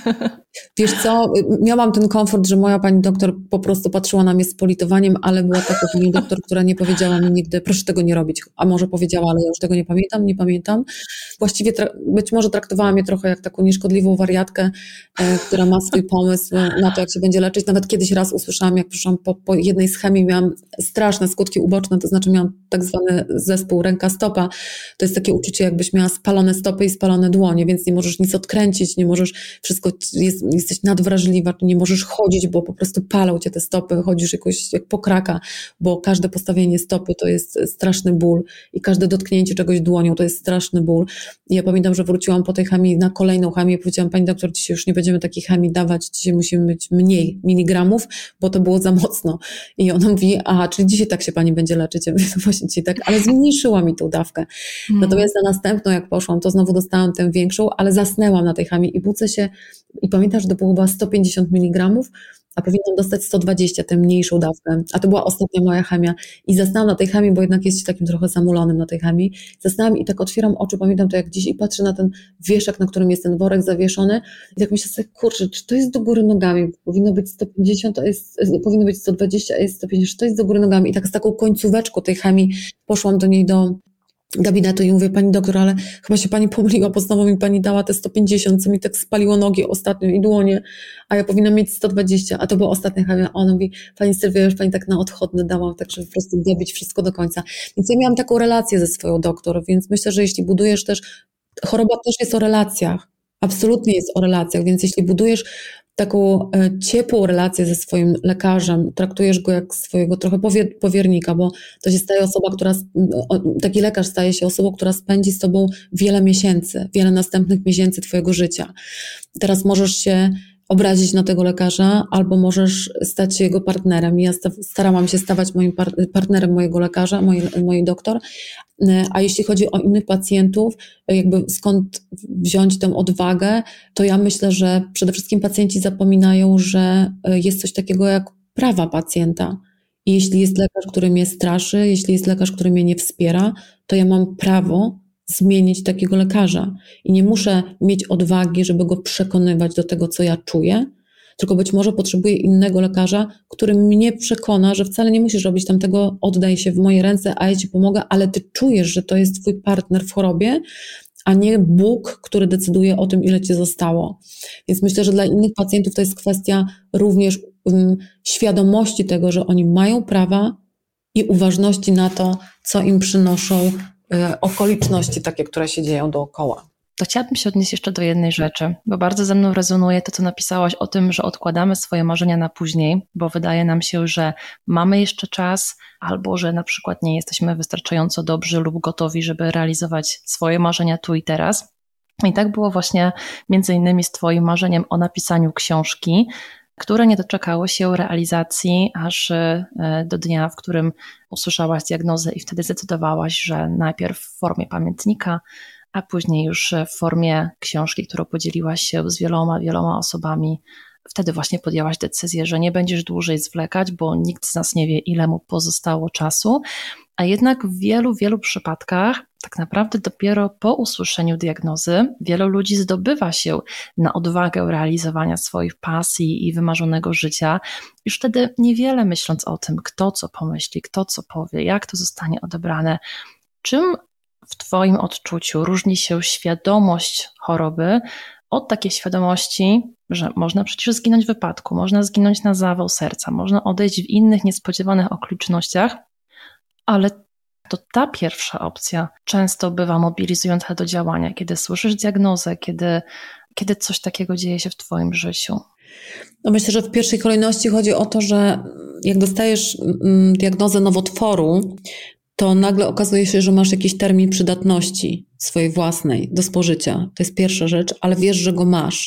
Wiesz co, miałam ten komfort, że moja pani doktor po prostu patrzyła na mnie z politowaniem, ale była taka pani doktor, która nie powiedziała mi nigdy, proszę tego nie robić, a może powiedziała, ale ja już tego nie pamiętam, nie pamiętam. Właściwie tra- być może traktowała mnie trochę jak taką nieszkodliwą wariatkę, e, która ma swój pomysł na to, jak się będzie leczyć. Nawet kiedyś raz usłyszałam, jak przyszłam po, po jednej z chemii, miałam straszne skutki uboczne, to znaczy miałam tak zwany zespół ręka-stopa. To jest takie uczucie, jakbyś miała spalone stopy i spalone dłonie, więc nie możesz nic odkręcić, nie możesz, wszystko jest, jesteś nadwrażliwa, nie możesz chodzić, bo po prostu palą cię te stopy, chodzisz jakoś jak pokraka, bo każde postawienie stopy to jest straszny ból i każde dotknięcie czegoś dłonią to jest straszny ból. I ja pamiętam, że wróciłam po tej chemii na kolejną chemię i powiedziałam, pani doktor, dzisiaj już nie będziemy takiej chemii dawać, dzisiaj musimy mieć mniej miligramów, bo to było za mocno. I ona mówi, aha, czyli dzisiaj tak się pani będzie leczyć. Ja mówię, no właśnie dzisiaj tak, ale zmniejszyła mi tą dawkę. Hmm. Natomiast na następną, jak poszłam, to znowu dostałam tę większą, ale zasnęłam na tej chemii i budzę się i pamiętam, że to było chyba sto pięćdziesiąt miligramów, a powinnam dostać sto dwadzieścia, tę mniejszą dawkę, a to była ostatnia moja chemia i zasnęłam na tej chemii, bo jednak jest się takim trochę zamulonym na tej chemii, zasnęłam i tak otwieram oczy, pamiętam to jak dziś i patrzę na ten wieszak, na którym jest ten worek zawieszony i tak myślę sobie, kurczę, czy to jest do góry nogami, powinno być sto pięćdziesiąt, a jest, powinno być sto dwadzieścia, a jest sto pięćdziesiąt, czy to jest do góry nogami i tak z taką końcóweczką tej chemii poszłam do niej do gabinetu i mówię, pani doktor, ale chyba się pani pomyliła, bo znowu mi pani dała te sto pięćdziesiąt, co mi tak spaliło nogi ostatnio i dłonie, a ja powinnam mieć sto dwadzieścia, a to była ostatnia chemia. Ona mówi, pani Sylwia, już pani tak na odchodne dała, tak żeby po prostu dobić wszystko do końca. Więc ja miałam taką relację ze swoją doktor, więc myślę, że jeśli budujesz też, choroba też jest o relacjach, absolutnie jest o relacjach, więc jeśli budujesz taką e, ciepłą relację ze swoim lekarzem, traktujesz go jak swojego trochę powier- powiernika, bo to się staje osoba, która, o, taki lekarz staje się osobą, która spędzi z tobą wiele miesięcy, wiele następnych miesięcy twojego życia. Teraz możesz się obrazić na tego lekarza, albo możesz stać się jego partnerem. Ja sta- starałam się stawać moim par- partnerem mojego lekarza, mojej, mojej doktor, a jeśli chodzi o innych pacjentów, jakby skąd wziąć tę odwagę, to ja myślę, że przede wszystkim pacjenci zapominają, że jest coś takiego jak prawa pacjenta. I jeśli jest lekarz, który mnie straszy, jeśli jest lekarz, który mnie nie wspiera, to ja mam prawo zmienić takiego lekarza. I nie muszę mieć odwagi, żeby go przekonywać do tego, co ja czuję, tylko być może potrzebuję innego lekarza, który mnie przekona, że wcale nie musisz robić tamtego, oddaj się w moje ręce, a ja ci pomogę, ale ty czujesz, że to jest twój partner w chorobie, a nie Bóg, który decyduje o tym, ile ci zostało. Więc myślę, że dla innych pacjentów to jest kwestia również um, świadomości tego, że oni mają prawa i uważności na to, co im przynoszą y, okoliczności takie, które się dzieją dookoła. To chciałabym się odnieść jeszcze do jednej rzeczy, bo bardzo ze mną rezonuje to, co napisałaś o tym, że odkładamy swoje marzenia na później, bo wydaje nam się, że mamy jeszcze czas, albo że na przykład nie jesteśmy wystarczająco dobrzy lub gotowi, żeby realizować swoje marzenia tu i teraz. I tak było właśnie między innymi z twoim marzeniem o napisaniu książki, które nie doczekało się realizacji aż do dnia, w którym usłyszałaś diagnozę i wtedy zdecydowałaś, że najpierw w formie pamiętnika, a później już w formie książki, którą podzieliłaś się z wieloma, wieloma osobami. Wtedy właśnie podjęłaś decyzję, że nie będziesz dłużej zwlekać, bo nikt z nas nie wie, ile mu pozostało czasu, a jednak w wielu, wielu przypadkach tak naprawdę dopiero po usłyszeniu diagnozy wielu ludzi zdobywa się na odwagę realizowania swoich pasji i wymarzonego życia. Już wtedy niewiele myśląc o tym, kto co pomyśli, kto co powie, jak to zostanie odebrane. Czym w twoim odczuciu różni się świadomość choroby od takiej świadomości, że można przecież zginąć w wypadku, można zginąć na zawał serca, można odejść w innych niespodziewanych okolicznościach, ale to ta pierwsza opcja często bywa mobilizująca do działania, kiedy słyszysz diagnozę, kiedy, kiedy coś takiego dzieje się w twoim życiu. No myślę, że w pierwszej kolejności chodzi o to, że jak dostajesz diagnozę nowotworu, to nagle okazuje się, że masz jakiś termin przydatności swojej własnej do spożycia. To jest pierwsza rzecz, ale wiesz, że go masz.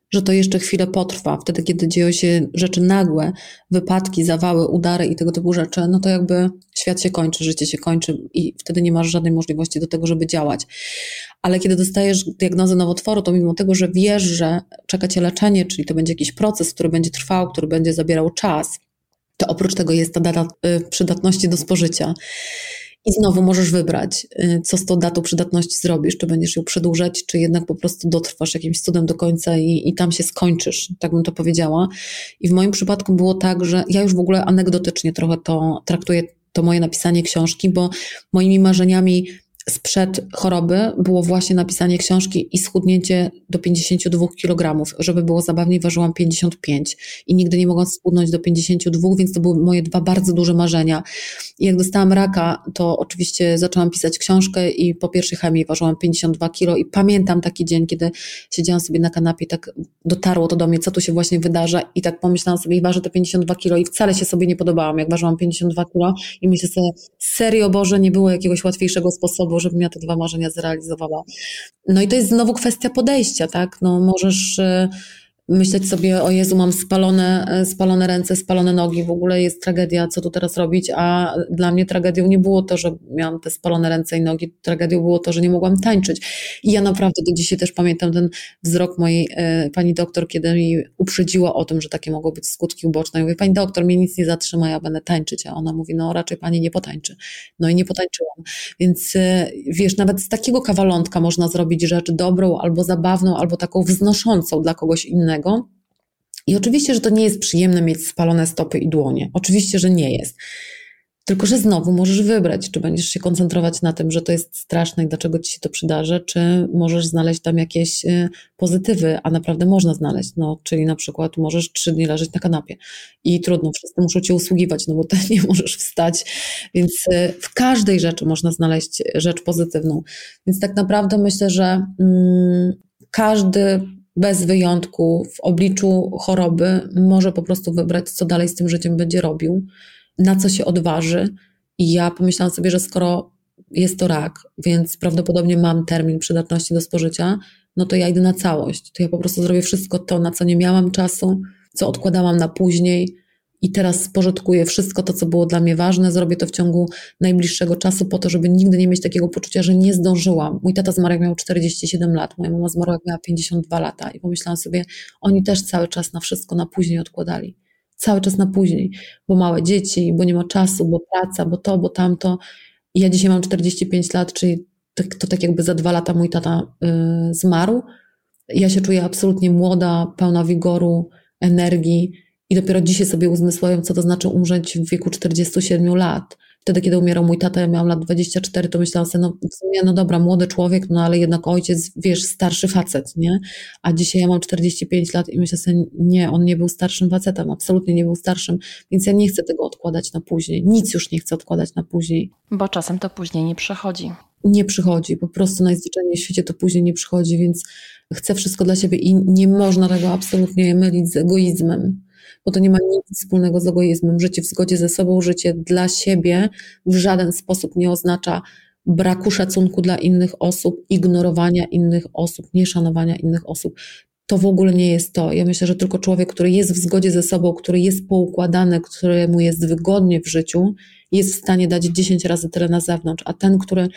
że to jeszcze chwilę potrwa. Wtedy, kiedy dzieją się rzeczy nagłe, wypadki, zawały, udary i tego typu rzeczy, no to jakby świat się kończy, życie się kończy i wtedy nie masz żadnej możliwości do tego, żeby działać. Ale kiedy dostajesz diagnozę nowotworu, to mimo tego, że wiesz, że czeka cię leczenie, czyli to będzie jakiś proces, który będzie trwał, który będzie zabierał czas, to oprócz tego jest ta data przydatności do spożycia. I znowu możesz wybrać, co z tą datą przydatności zrobisz, czy będziesz ją przedłużać, czy jednak po prostu dotrwasz jakimś cudem do końca i, i tam się skończysz, tak bym to powiedziała. I w moim przypadku było tak, że ja już w ogóle anegdotycznie trochę to traktuję, to moje napisanie książki, bo moimi marzeniami sprzed choroby było właśnie napisanie książki i schudnięcie do pięćdziesiąt dwa kilogramów. Żeby było zabawniej, ważyłam pięćdziesiąt pięć i nigdy nie mogłam schudnąć do pięćdziesiąt dwa, więc to były moje dwa bardzo duże marzenia. I jak dostałam raka, to oczywiście zaczęłam pisać książkę i po pierwszej chemii ważyłam pięćdziesiąt dwa kilo i pamiętam taki dzień, kiedy siedziałam sobie na kanapie, tak dotarło to do mnie, co tu się właśnie wydarza i tak pomyślałam sobie, ważę te pięćdziesiąt dwa kilo i wcale się sobie nie podobałam, jak ważyłam pięćdziesiąt dwa kilo i myślę sobie, serio Boże, nie było jakiegoś łatwiejszego sposobu, żebym ja te dwa marzenia zrealizowała. No i to jest znowu kwestia podejścia, tak? No możesz myśleć sobie, o Jezu, mam spalone, spalone ręce, spalone nogi, w ogóle jest tragedia, co tu teraz robić, a dla mnie tragedią nie było to, że miałam te spalone ręce i nogi, tragedią było to, że nie mogłam tańczyć. I ja naprawdę do dzisiaj też pamiętam ten wzrok mojej e, pani doktor, kiedy mi uprzedziła o tym, że takie mogą być skutki uboczne. Ja mówię, pani doktor, mnie nic nie zatrzyma, ja będę tańczyć, a ona mówi, no raczej pani nie potańczy. No i nie potańczyłam. Więc e, wiesz, nawet z takiego kawalątka można zrobić rzecz dobrą, albo zabawną, albo taką wznoszącą dla kogoś innego. I oczywiście, że to nie jest przyjemne mieć spalone stopy i dłonie. Oczywiście, że nie jest. Tylko, że znowu możesz wybrać, czy będziesz się koncentrować na tym, że to jest straszne i dlaczego ci się to przydarzy, czy możesz znaleźć tam jakieś pozytywy, a naprawdę można znaleźć. No, czyli na przykład możesz trzy dni leżeć na kanapie i trudno, wszyscy muszą cię usługiwać, no bo ty nie możesz wstać, więc w każdej rzeczy można znaleźć rzecz pozytywną. Więc tak naprawdę myślę, że mm, każdy bez wyjątku w obliczu choroby może po prostu wybrać, co dalej z tym życiem będzie robił, na co się odważy. I ja pomyślałam sobie, że skoro jest to rak, więc prawdopodobnie mam termin przydatności do spożycia, no to ja idę na całość. To ja po prostu zrobię wszystko to, na co nie miałam czasu, co odkładałam na później i teraz spożytkuję wszystko to, co było dla mnie ważne, zrobię to w ciągu najbliższego czasu po to, żeby nigdy nie mieć takiego poczucia, że nie zdążyłam. Mój tata zmarł, jak miał czterdzieści siedem lat, moja mama zmarła, jak miała pięćdziesiąt dwa lata i pomyślałam sobie, oni też cały czas na wszystko na później odkładali. Cały czas na później, bo małe dzieci, bo nie ma czasu, bo praca, bo to, bo tamto. I ja dzisiaj mam czterdzieści pięć lat, czyli to, to tak jakby za dwa lata mój tata yy, zmarł. Ja się czuję absolutnie młoda, pełna wigoru, energii i dopiero dzisiaj sobie uzmysławiam, co to znaczy umrzeć w wieku czterdziestu siedmiu lat. Wtedy, kiedy umierał mój tata, ja miałam lat dwadzieścia cztery, to myślałam sobie, no w sumie, no dobra, młody człowiek, no ale jednak ojciec, wiesz, starszy facet, nie? A dzisiaj ja mam czterdzieści pięć lat i myślę sobie, nie, on nie był starszym facetem, absolutnie nie był starszym, więc ja nie chcę tego odkładać na później. Nic już nie chcę odkładać na później. Bo czasem to później nie przychodzi. Nie przychodzi, po prostu najzwyczajniej w świecie to później nie przychodzi, więc chcę wszystko dla siebie i nie można tego absolutnie mylić z egoizmem. Bo to nie ma nic wspólnego z egoizmem. Życie w zgodzie ze sobą, życie dla siebie w żaden sposób nie oznacza braku szacunku dla innych osób, ignorowania innych osób, nieszanowania innych osób. To w ogóle nie jest to. Ja myślę, że tylko człowiek, który jest w zgodzie ze sobą, który jest poukładany, któremu jest wygodnie w życiu, jest w stanie dać dziesięć razy tyle na zewnątrz, a ten, który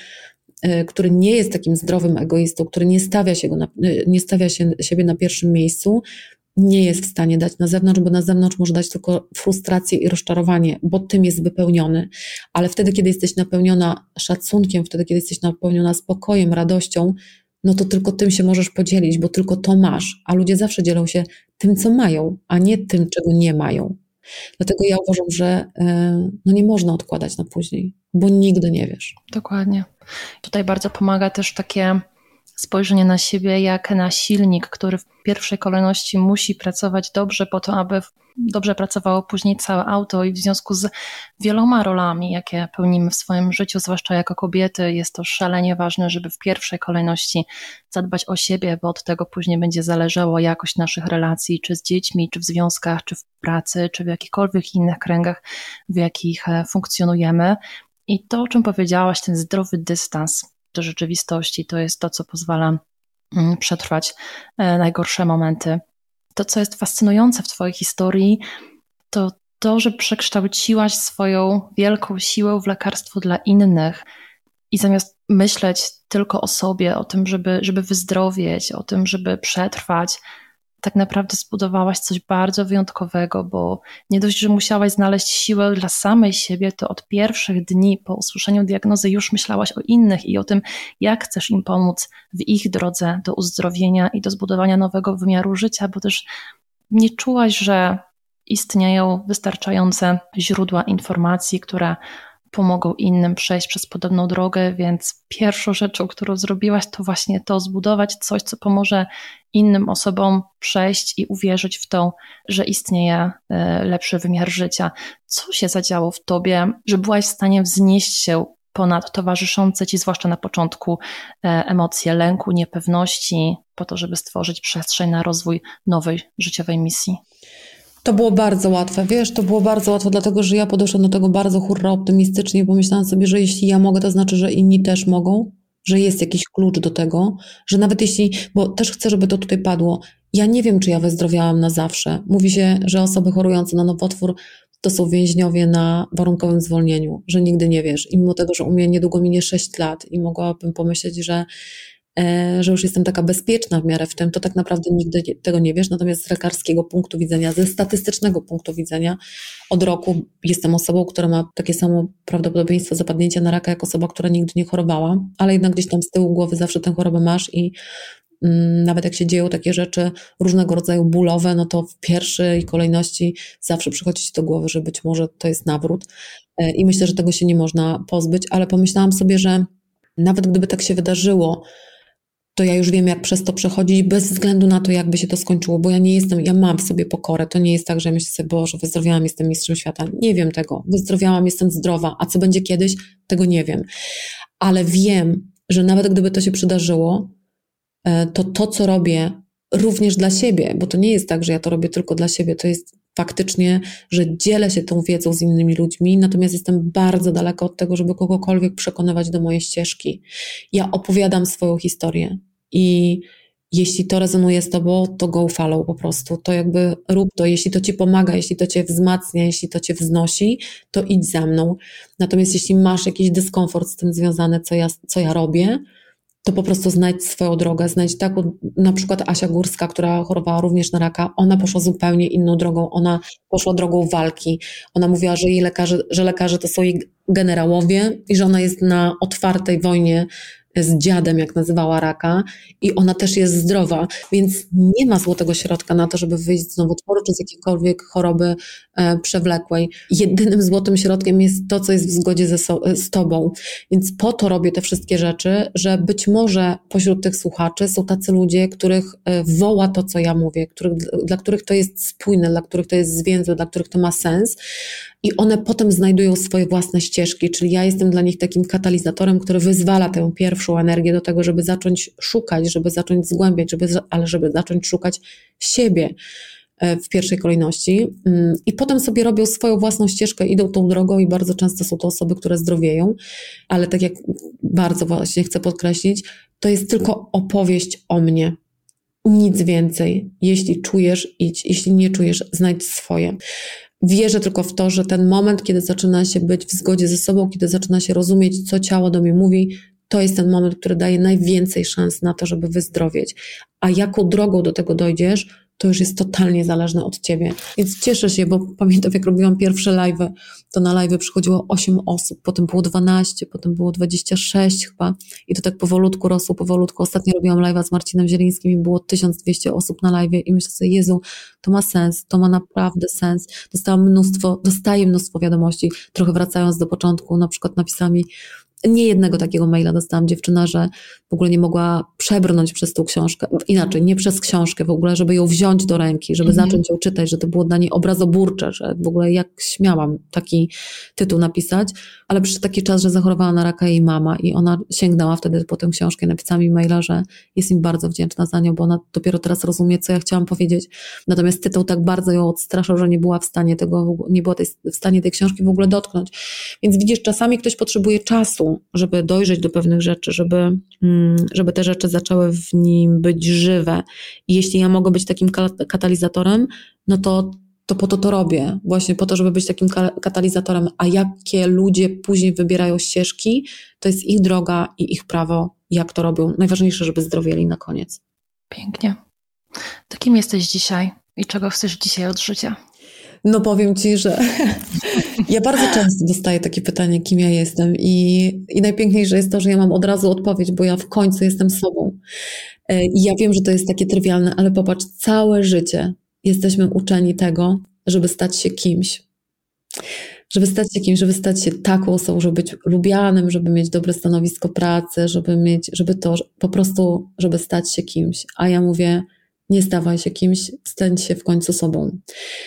który nie jest takim zdrowym egoistą, który nie stawia się, go na, nie stawia się siebie na pierwszym miejscu, nie jest w stanie dać na zewnątrz, bo na zewnątrz może dać tylko frustrację i rozczarowanie, bo tym jest wypełniony. Ale wtedy, kiedy jesteś napełniona szacunkiem, wtedy, kiedy jesteś napełniona spokojem, radością, no to tylko tym się możesz podzielić, bo tylko to masz. A ludzie zawsze dzielą się tym, co mają, a nie tym, czego nie mają. Dlatego ja uważam, że no nie można odkładać na później, bo nigdy nie wiesz. Dokładnie. Tutaj bardzo pomaga też takie spojrzenie na siebie jak na silnik, który w pierwszej kolejności musi pracować dobrze po to, aby dobrze pracowało później całe auto i w związku z wieloma rolami, jakie pełnimy w swoim życiu, zwłaszcza jako kobiety, jest to szalenie ważne, żeby w pierwszej kolejności zadbać o siebie, bo od tego później będzie zależało jakość naszych relacji, czy z dziećmi, czy w związkach, czy w pracy, czy w jakichkolwiek innych kręgach, w jakich funkcjonujemy. I to, o czym powiedziałaś, ten zdrowy dystans do rzeczywistości, to jest to, co pozwala przetrwać najgorsze momenty to, co jest fascynujące w twojej historii, to to, że przekształciłaś swoją wielką siłę w lekarstwo dla innych i zamiast myśleć tylko o sobie, o tym, żeby, żeby wyzdrowieć, o tym, żeby przetrwać, tak naprawdę zbudowałaś coś bardzo wyjątkowego, bo nie dość, że musiałaś znaleźć siłę dla samej siebie, to od pierwszych dni po usłyszeniu diagnozy już myślałaś o innych i o tym, jak chcesz im pomóc w ich drodze do uzdrowienia i do zbudowania nowego wymiaru życia, bo też nie czułaś, że istnieją wystarczające źródła informacji, które pomogą innym przejść przez podobną drogę, więc pierwszą rzeczą, którą zrobiłaś, to właśnie to, zbudować coś, co pomoże innym osobom przejść i uwierzyć w to, że istnieje lepszy wymiar życia. Co się zadziało w tobie, że byłaś w stanie wznieść się ponad towarzyszące ci, zwłaszcza na początku, emocje lęku, niepewności, po to, żeby stworzyć przestrzeń na rozwój nowej życiowej misji? To było bardzo łatwe, wiesz, to było bardzo łatwe, dlatego że ja podeszłam do tego bardzo hurra optymistycznie i pomyślałam sobie, że jeśli ja mogę, to znaczy, że inni też mogą, że jest jakiś klucz do tego, że nawet jeśli, bo też chcę, żeby to tutaj padło, ja nie wiem, czy ja wyzdrowiałam na zawsze. Mówi się, że osoby chorujące na nowotwór to są więźniowie na warunkowym zwolnieniu, że nigdy nie wiesz. I mimo tego, że u mnie niedługo minie sześć lat i mogłabym pomyśleć, że że już jestem taka bezpieczna w miarę w tym, to tak naprawdę nigdy tego nie wiesz. Natomiast z lekarskiego punktu widzenia, ze statystycznego punktu widzenia od roku jestem osobą, która ma takie samo prawdopodobieństwo zapadnięcia na raka jak osoba, która nigdy nie chorowała, ale jednak gdzieś tam z tyłu głowy zawsze tę chorobę masz i mm, nawet jak się dzieją takie rzeczy różnego rodzaju bólowe, no to w pierwszej kolejności zawsze przychodzi ci do głowy, że być może to jest nawrót i myślę, że tego się nie można pozbyć, ale pomyślałam sobie, że nawet gdyby tak się wydarzyło, to ja już wiem, jak przez to przechodzić, bez względu na to, jakby się to skończyło, bo ja nie jestem, ja mam w sobie pokorę, to nie jest tak, że myślę sobie, Boże, wyzdrowiałam, jestem mistrzem świata, nie wiem tego, wyzdrowiałam, jestem zdrowa, a co będzie kiedyś, tego nie wiem, ale wiem, że nawet gdyby to się przydarzyło, to to, co robię, również dla siebie, bo to nie jest tak, że ja to robię tylko dla siebie, to jest faktycznie, że dzielę się tą wiedzą z innymi ludźmi, natomiast jestem bardzo daleko od tego, żeby kogokolwiek przekonywać do mojej ścieżki. Ja opowiadam swoją historię i jeśli to rezonuje z tobą, to go follow po prostu, to jakby rób to, jeśli to ci pomaga, jeśli to cię wzmacnia, jeśli to cię wznosi, to idź za mną. Natomiast jeśli masz jakiś dyskomfort z tym związany, co ja, co ja robię, to po prostu znajdź swoją drogę, znajdź taką, na przykład Asia Górska, która chorowała również na raka, ona poszła zupełnie inną drogą, ona poszła drogą walki, ona mówiła, że jej lekarze, że lekarze to są jej generałowie i że ona jest na otwartej wojnie z dziadem, jak nazywała raka, i ona też jest zdrowa, więc nie ma złotego środka na to, żeby wyjść z nowotworu czy z jakiejkolwiek choroby e, przewlekłej. Jedynym złotym środkiem jest to, co jest w zgodzie ze so, z tobą, więc po to robię te wszystkie rzeczy, że być może pośród tych słuchaczy są tacy ludzie, których e, woła to, co ja mówię, których, dla których to jest spójne, dla których to jest zwięzłe, dla których to ma sens, i one potem znajdują swoje własne ścieżki, czyli ja jestem dla nich takim katalizatorem, który wyzwala tę pierwszą energię do tego, żeby zacząć szukać, żeby zacząć zgłębiać, żeby, ale żeby zacząć szukać siebie w pierwszej kolejności i potem sobie robią swoją własną ścieżkę, idą tą drogą i bardzo często są to osoby, które zdrowieją, ale tak jak bardzo właśnie chcę podkreślić, to jest tylko opowieść o mnie. Nic więcej. Jeśli czujesz, idź. Jeśli nie czujesz, znajdź swoje. Wierzę tylko w to, że ten moment, kiedy zaczyna się być w zgodzie ze sobą, kiedy zaczyna się rozumieć, co ciało do mnie mówi, to jest ten moment, który daje najwięcej szans na to, żeby wyzdrowieć. A jaką drogą do tego dojdziesz, to już jest totalnie zależne od ciebie. Więc cieszę się, bo pamiętam, jak robiłam pierwsze live'y, to na live'y przychodziło osiem osób, potem było dwanaście, potem było dwadzieścia sześć chyba i to tak powolutku rosło, powolutku. Ostatnio robiłam live'a z Marcinem Zielińskim i było tysiąc dwieście osób na live'ie i myślę sobie, Jezu, to ma sens, to ma naprawdę sens. Dostałam mnóstwo, dostaję mnóstwo wiadomości, trochę wracając do początku, na przykład napisała mi, nie jednego takiego maila dostałam, dziewczyna, że w ogóle nie mogła przebrnąć przez tą książkę, inaczej, nie przez książkę w ogóle, żeby ją wziąć do ręki, żeby mhm. zacząć ją czytać, że to było dla niej obrazoburcze, że w ogóle jak śmiałam taki tytuł napisać, ale przyszedł taki czas, że zachorowała na raka jej mama i ona sięgnęła wtedy po tę książkę i napisała mi maila, że jest im bardzo wdzięczna za nią, bo ona dopiero teraz rozumie, co ja chciałam powiedzieć. Natomiast tytuł tak bardzo ją odstraszał, że nie była w stanie tego, nie była tej, w stanie tej książki w ogóle dotknąć. Więc widzisz, czasami ktoś potrzebuje czasu, czasu, żeby dojrzeć do pewnych rzeczy, żeby, żeby te rzeczy zaczęły w nim być żywe. I jeśli ja mogę być takim katalizatorem, no to, to po to to robię. Właśnie po to, żeby być takim katalizatorem. A jakie ludzie później wybierają ścieżki, to jest ich droga i ich prawo, jak to robią. Najważniejsze, żeby zdrowieli na koniec. Pięknie. To kim jesteś dzisiaj i czego chcesz dzisiaj od życia? No powiem Ci, że ja bardzo często dostaję takie pytanie, kim ja jestem i, i najpiękniejsze jest to, że ja mam od razu odpowiedź, bo ja w końcu jestem sobą. I ja wiem, że to jest takie trywialne, ale popatrz, całe życie jesteśmy uczeni tego, żeby stać się kimś. Żeby stać się kimś, żeby stać się taką osobą, żeby być lubianym, żeby mieć dobre stanowisko pracy, żeby mieć, żeby to, po prostu, żeby stać się kimś. A ja mówię, nie stawaj się kimś, stań się w końcu sobą.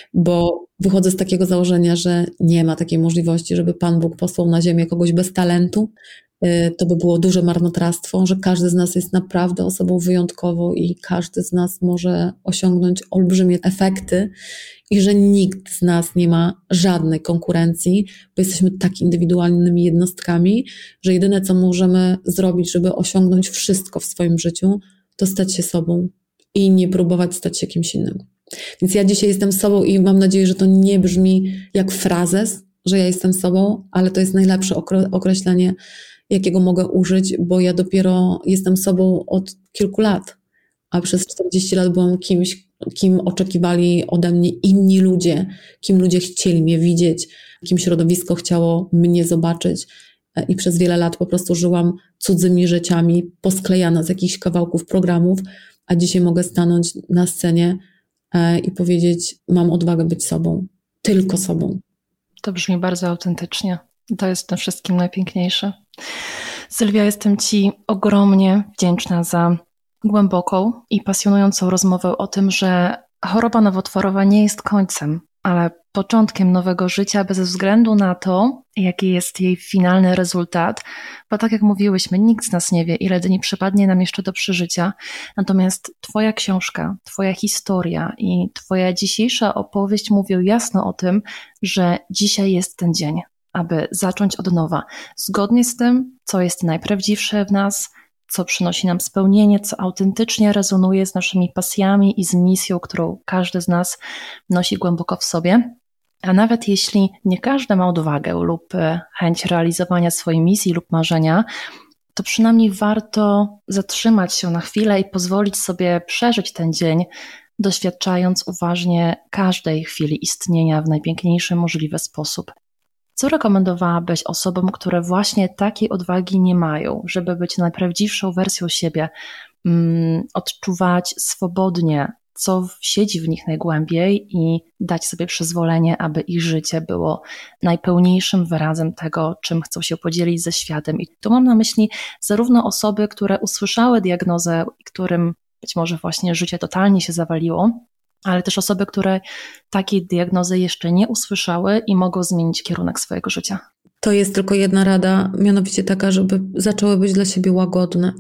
Bo wychodzę z takiego założenia, że nie ma takiej możliwości, żeby Pan Bóg posłał na ziemię kogoś bez talentu. To by było duże marnotrawstwo, że każdy z nas jest naprawdę osobą wyjątkową i każdy z nas może osiągnąć olbrzymie efekty i że nikt z nas nie ma żadnej konkurencji, bo jesteśmy tak indywidualnymi jednostkami, że jedyne co możemy zrobić, żeby osiągnąć wszystko w swoim życiu, to stać się sobą i nie próbować stać się kimś innym. Więc ja dzisiaj jestem sobą i mam nadzieję, że to nie brzmi jak frazes, że ja jestem sobą, ale to jest najlepsze określenie, jakiego mogę użyć, bo ja dopiero jestem sobą od kilku lat, a przez czterdzieści lat byłam kimś, kim oczekiwali ode mnie inni ludzie, kim ludzie chcieli mnie widzieć, kim środowisko chciało mnie zobaczyć i przez wiele lat po prostu żyłam cudzymi życiami, posklejana z jakichś kawałków programów, a dzisiaj mogę stanąć na scenie i powiedzieć, mam odwagę być sobą, tylko sobą. To brzmi bardzo autentycznie. To jest w tym wszystkim najpiękniejsze. Sylwia, jestem Ci ogromnie wdzięczna za głęboką i pasjonującą rozmowę o tym, że choroba nowotworowa nie jest końcem, ale początkiem nowego życia bez względu na to, jaki jest jej finalny rezultat, bo tak jak mówiłyśmy, nikt z nas nie wie, ile dni przypadnie nam jeszcze do przeżycia, natomiast Twoja książka, Twoja historia i Twoja dzisiejsza opowieść mówią jasno o tym, że dzisiaj jest ten dzień, aby zacząć od nowa, zgodnie z tym, co jest najprawdziwsze w nas, co przynosi nam spełnienie, co autentycznie rezonuje z naszymi pasjami i z misją, którą każdy z nas nosi głęboko w sobie. A nawet jeśli nie każdy ma odwagę lub chęć realizowania swojej misji lub marzenia, to przynajmniej warto zatrzymać się na chwilę i pozwolić sobie przeżyć ten dzień, doświadczając uważnie każdej chwili istnienia w najpiękniejszy możliwy sposób. Co rekomendowałabyś osobom, które właśnie takiej odwagi nie mają, żeby być najprawdziwszą wersją siebie, um, odczuwać swobodnie, co siedzi w nich najgłębiej i dać sobie przyzwolenie, aby ich życie było najpełniejszym wyrazem tego, czym chcą się podzielić ze światem. I tu mam na myśli zarówno osoby, które usłyszały diagnozę, którym być może właśnie życie totalnie się zawaliło, ale też osoby, które takiej diagnozy jeszcze nie usłyszały i mogą zmienić kierunek swojego życia. To jest tylko jedna rada, mianowicie taka, żeby zaczęły być dla siebie łagodne,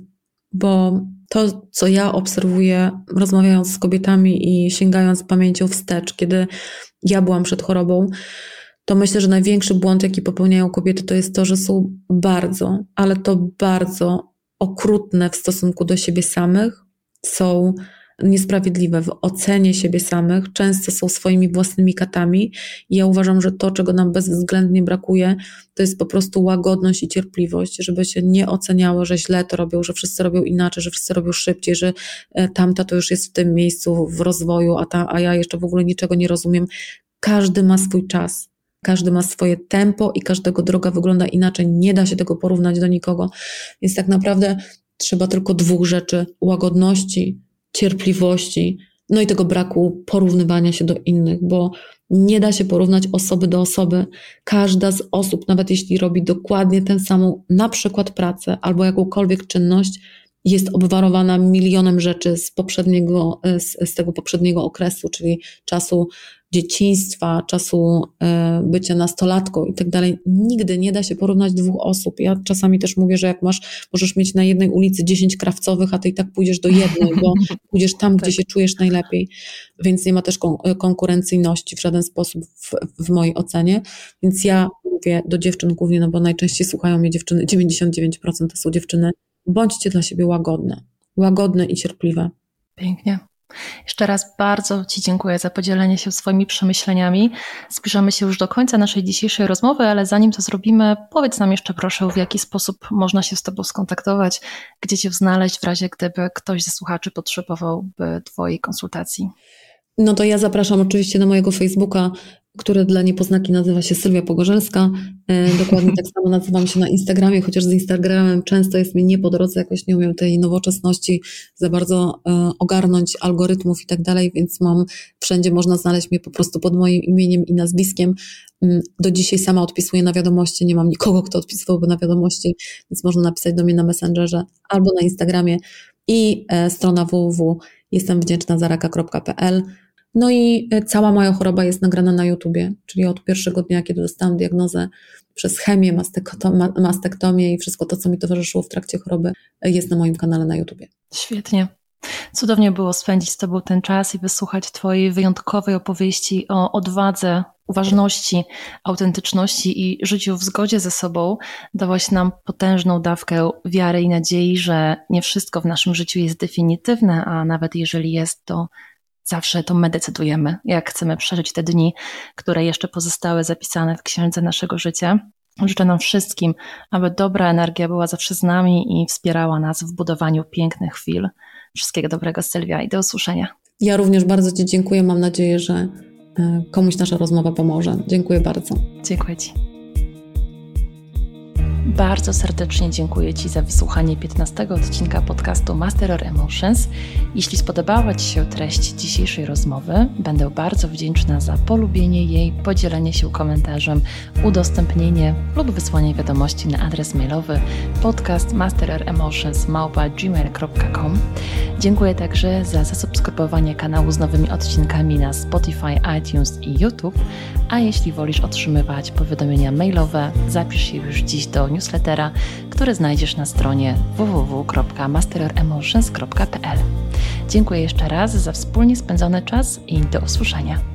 bo to, co ja obserwuję, rozmawiając z kobietami i sięgając pamięcią wstecz, kiedy ja byłam przed chorobą, to myślę, że największy błąd, jaki popełniają kobiety, to jest to, że są bardzo, ale to bardzo okrutne w stosunku do siebie samych, są niesprawiedliwe w ocenie siebie samych, często są swoimi własnymi katami i ja uważam, że to, czego nam bezwzględnie brakuje, to jest po prostu łagodność i cierpliwość, żeby się nie oceniało, że źle to robią, że wszyscy robią inaczej, że wszyscy robią szybciej, że tamta to już jest w tym miejscu w rozwoju, a, ta, a ja jeszcze w ogóle niczego nie rozumiem. Każdy ma swój czas, każdy ma swoje tempo i każdego droga wygląda inaczej, nie da się tego porównać do nikogo, więc tak naprawdę trzeba tylko dwóch rzeczy, łagodności, cierpliwości, no i tego braku porównywania się do innych, bo nie da się porównać osoby do osoby. Każda z osób, nawet jeśli robi dokładnie tę samą na przykład pracę albo jakąkolwiek czynność, jest obwarowana milionem rzeczy z poprzedniego, z, z tego poprzedniego okresu, czyli czasu dzieciństwa, czasu y, bycia nastolatką i tak dalej. Nigdy nie da się porównać dwóch osób. Ja czasami też mówię, że jak masz, możesz mieć na jednej ulicy dziesięć krawcowych, a ty i tak pójdziesz do jednej, bo pójdziesz tam, gdzie się czujesz najlepiej. Więc nie ma też kon- konkurencyjności w żaden sposób w, w mojej ocenie. Więc ja mówię do dziewczyn głównie, no bo najczęściej słuchają mnie dziewczyny, dziewięćdziesiąt dziewięć procent to są dziewczyny. Bądźcie dla siebie łagodne. Łagodne i cierpliwe. Pięknie. Jeszcze raz bardzo Ci dziękuję za podzielenie się swoimi przemyśleniami. Zbliżamy się już do końca naszej dzisiejszej rozmowy, ale zanim to zrobimy, powiedz nam jeszcze proszę, w jaki sposób można się z Tobą skontaktować, gdzie Cię znaleźć w razie, gdyby ktoś ze słuchaczy potrzebowałby Twojej konsultacji. No to ja zapraszam oczywiście na mojego Facebooka, który dla niepoznaki nazywa się Sylwia Pogorzelska. E, dokładnie tak samo nazywam się na Instagramie, chociaż z Instagramem często jest mi nie po drodze, jakoś nie umiem tej nowoczesności za bardzo e, ogarnąć algorytmów i tak dalej, więc mam, wszędzie można znaleźć mnie po prostu pod moim imieniem i nazwiskiem. Do dzisiaj sama odpisuję na wiadomości, nie mam nikogo, kto odpisywałby na wiadomości, więc można napisać do mnie na Messengerze albo na Instagramie i e, strona w w w kropka jestem wdzięczna za raka kropka p l. No i cała moja choroba jest nagrana na YouTubie, czyli od pierwszego dnia, kiedy dostałam diagnozę przez chemię, mastekto- mastektomię i wszystko to, co mi towarzyszyło w trakcie choroby, jest na moim kanale na YouTubie. Świetnie. Cudownie było spędzić z Tobą ten czas i wysłuchać Twojej wyjątkowej opowieści o odwadze, uważności, autentyczności i życiu w zgodzie ze sobą. Dałaś nam potężną dawkę wiary i nadziei, że nie wszystko w naszym życiu jest definitywne, a nawet jeżeli jest, to zawsze to my decydujemy, jak chcemy przeżyć te dni, które jeszcze pozostały zapisane w księdze naszego życia. Życzę nam wszystkim, aby dobra energia była zawsze z nami i wspierała nas w budowaniu pięknych chwil. Wszystkiego dobrego, Sylwia, i do usłyszenia. Ja również bardzo Ci dziękuję. Mam nadzieję, że komuś nasza rozmowa pomoże. Dziękuję bardzo. Dziękuję Ci. Bardzo serdecznie dziękuję Ci za wysłuchanie piętnastego odcinka podcastu Master of Emotions. Jeśli spodobała Ci się treść dzisiejszej rozmowy, będę bardzo wdzięczna za polubienie jej, podzielenie się komentarzem, udostępnienie lub wysłanie wiadomości na adres mailowy podcast master of emotions małpa gmail kropka com. Dziękuję także za zasubskrybowanie kanału z nowymi odcinkami na Spotify, iTunes i YouTube, a jeśli wolisz otrzymywać powiadomienia mailowe, zapisz się już dziś do newslettera, który znajdziesz na stronie w w w kropka master of emotions kropka p l. Dziękuję jeszcze raz za wspólnie spędzony czas i do usłyszenia.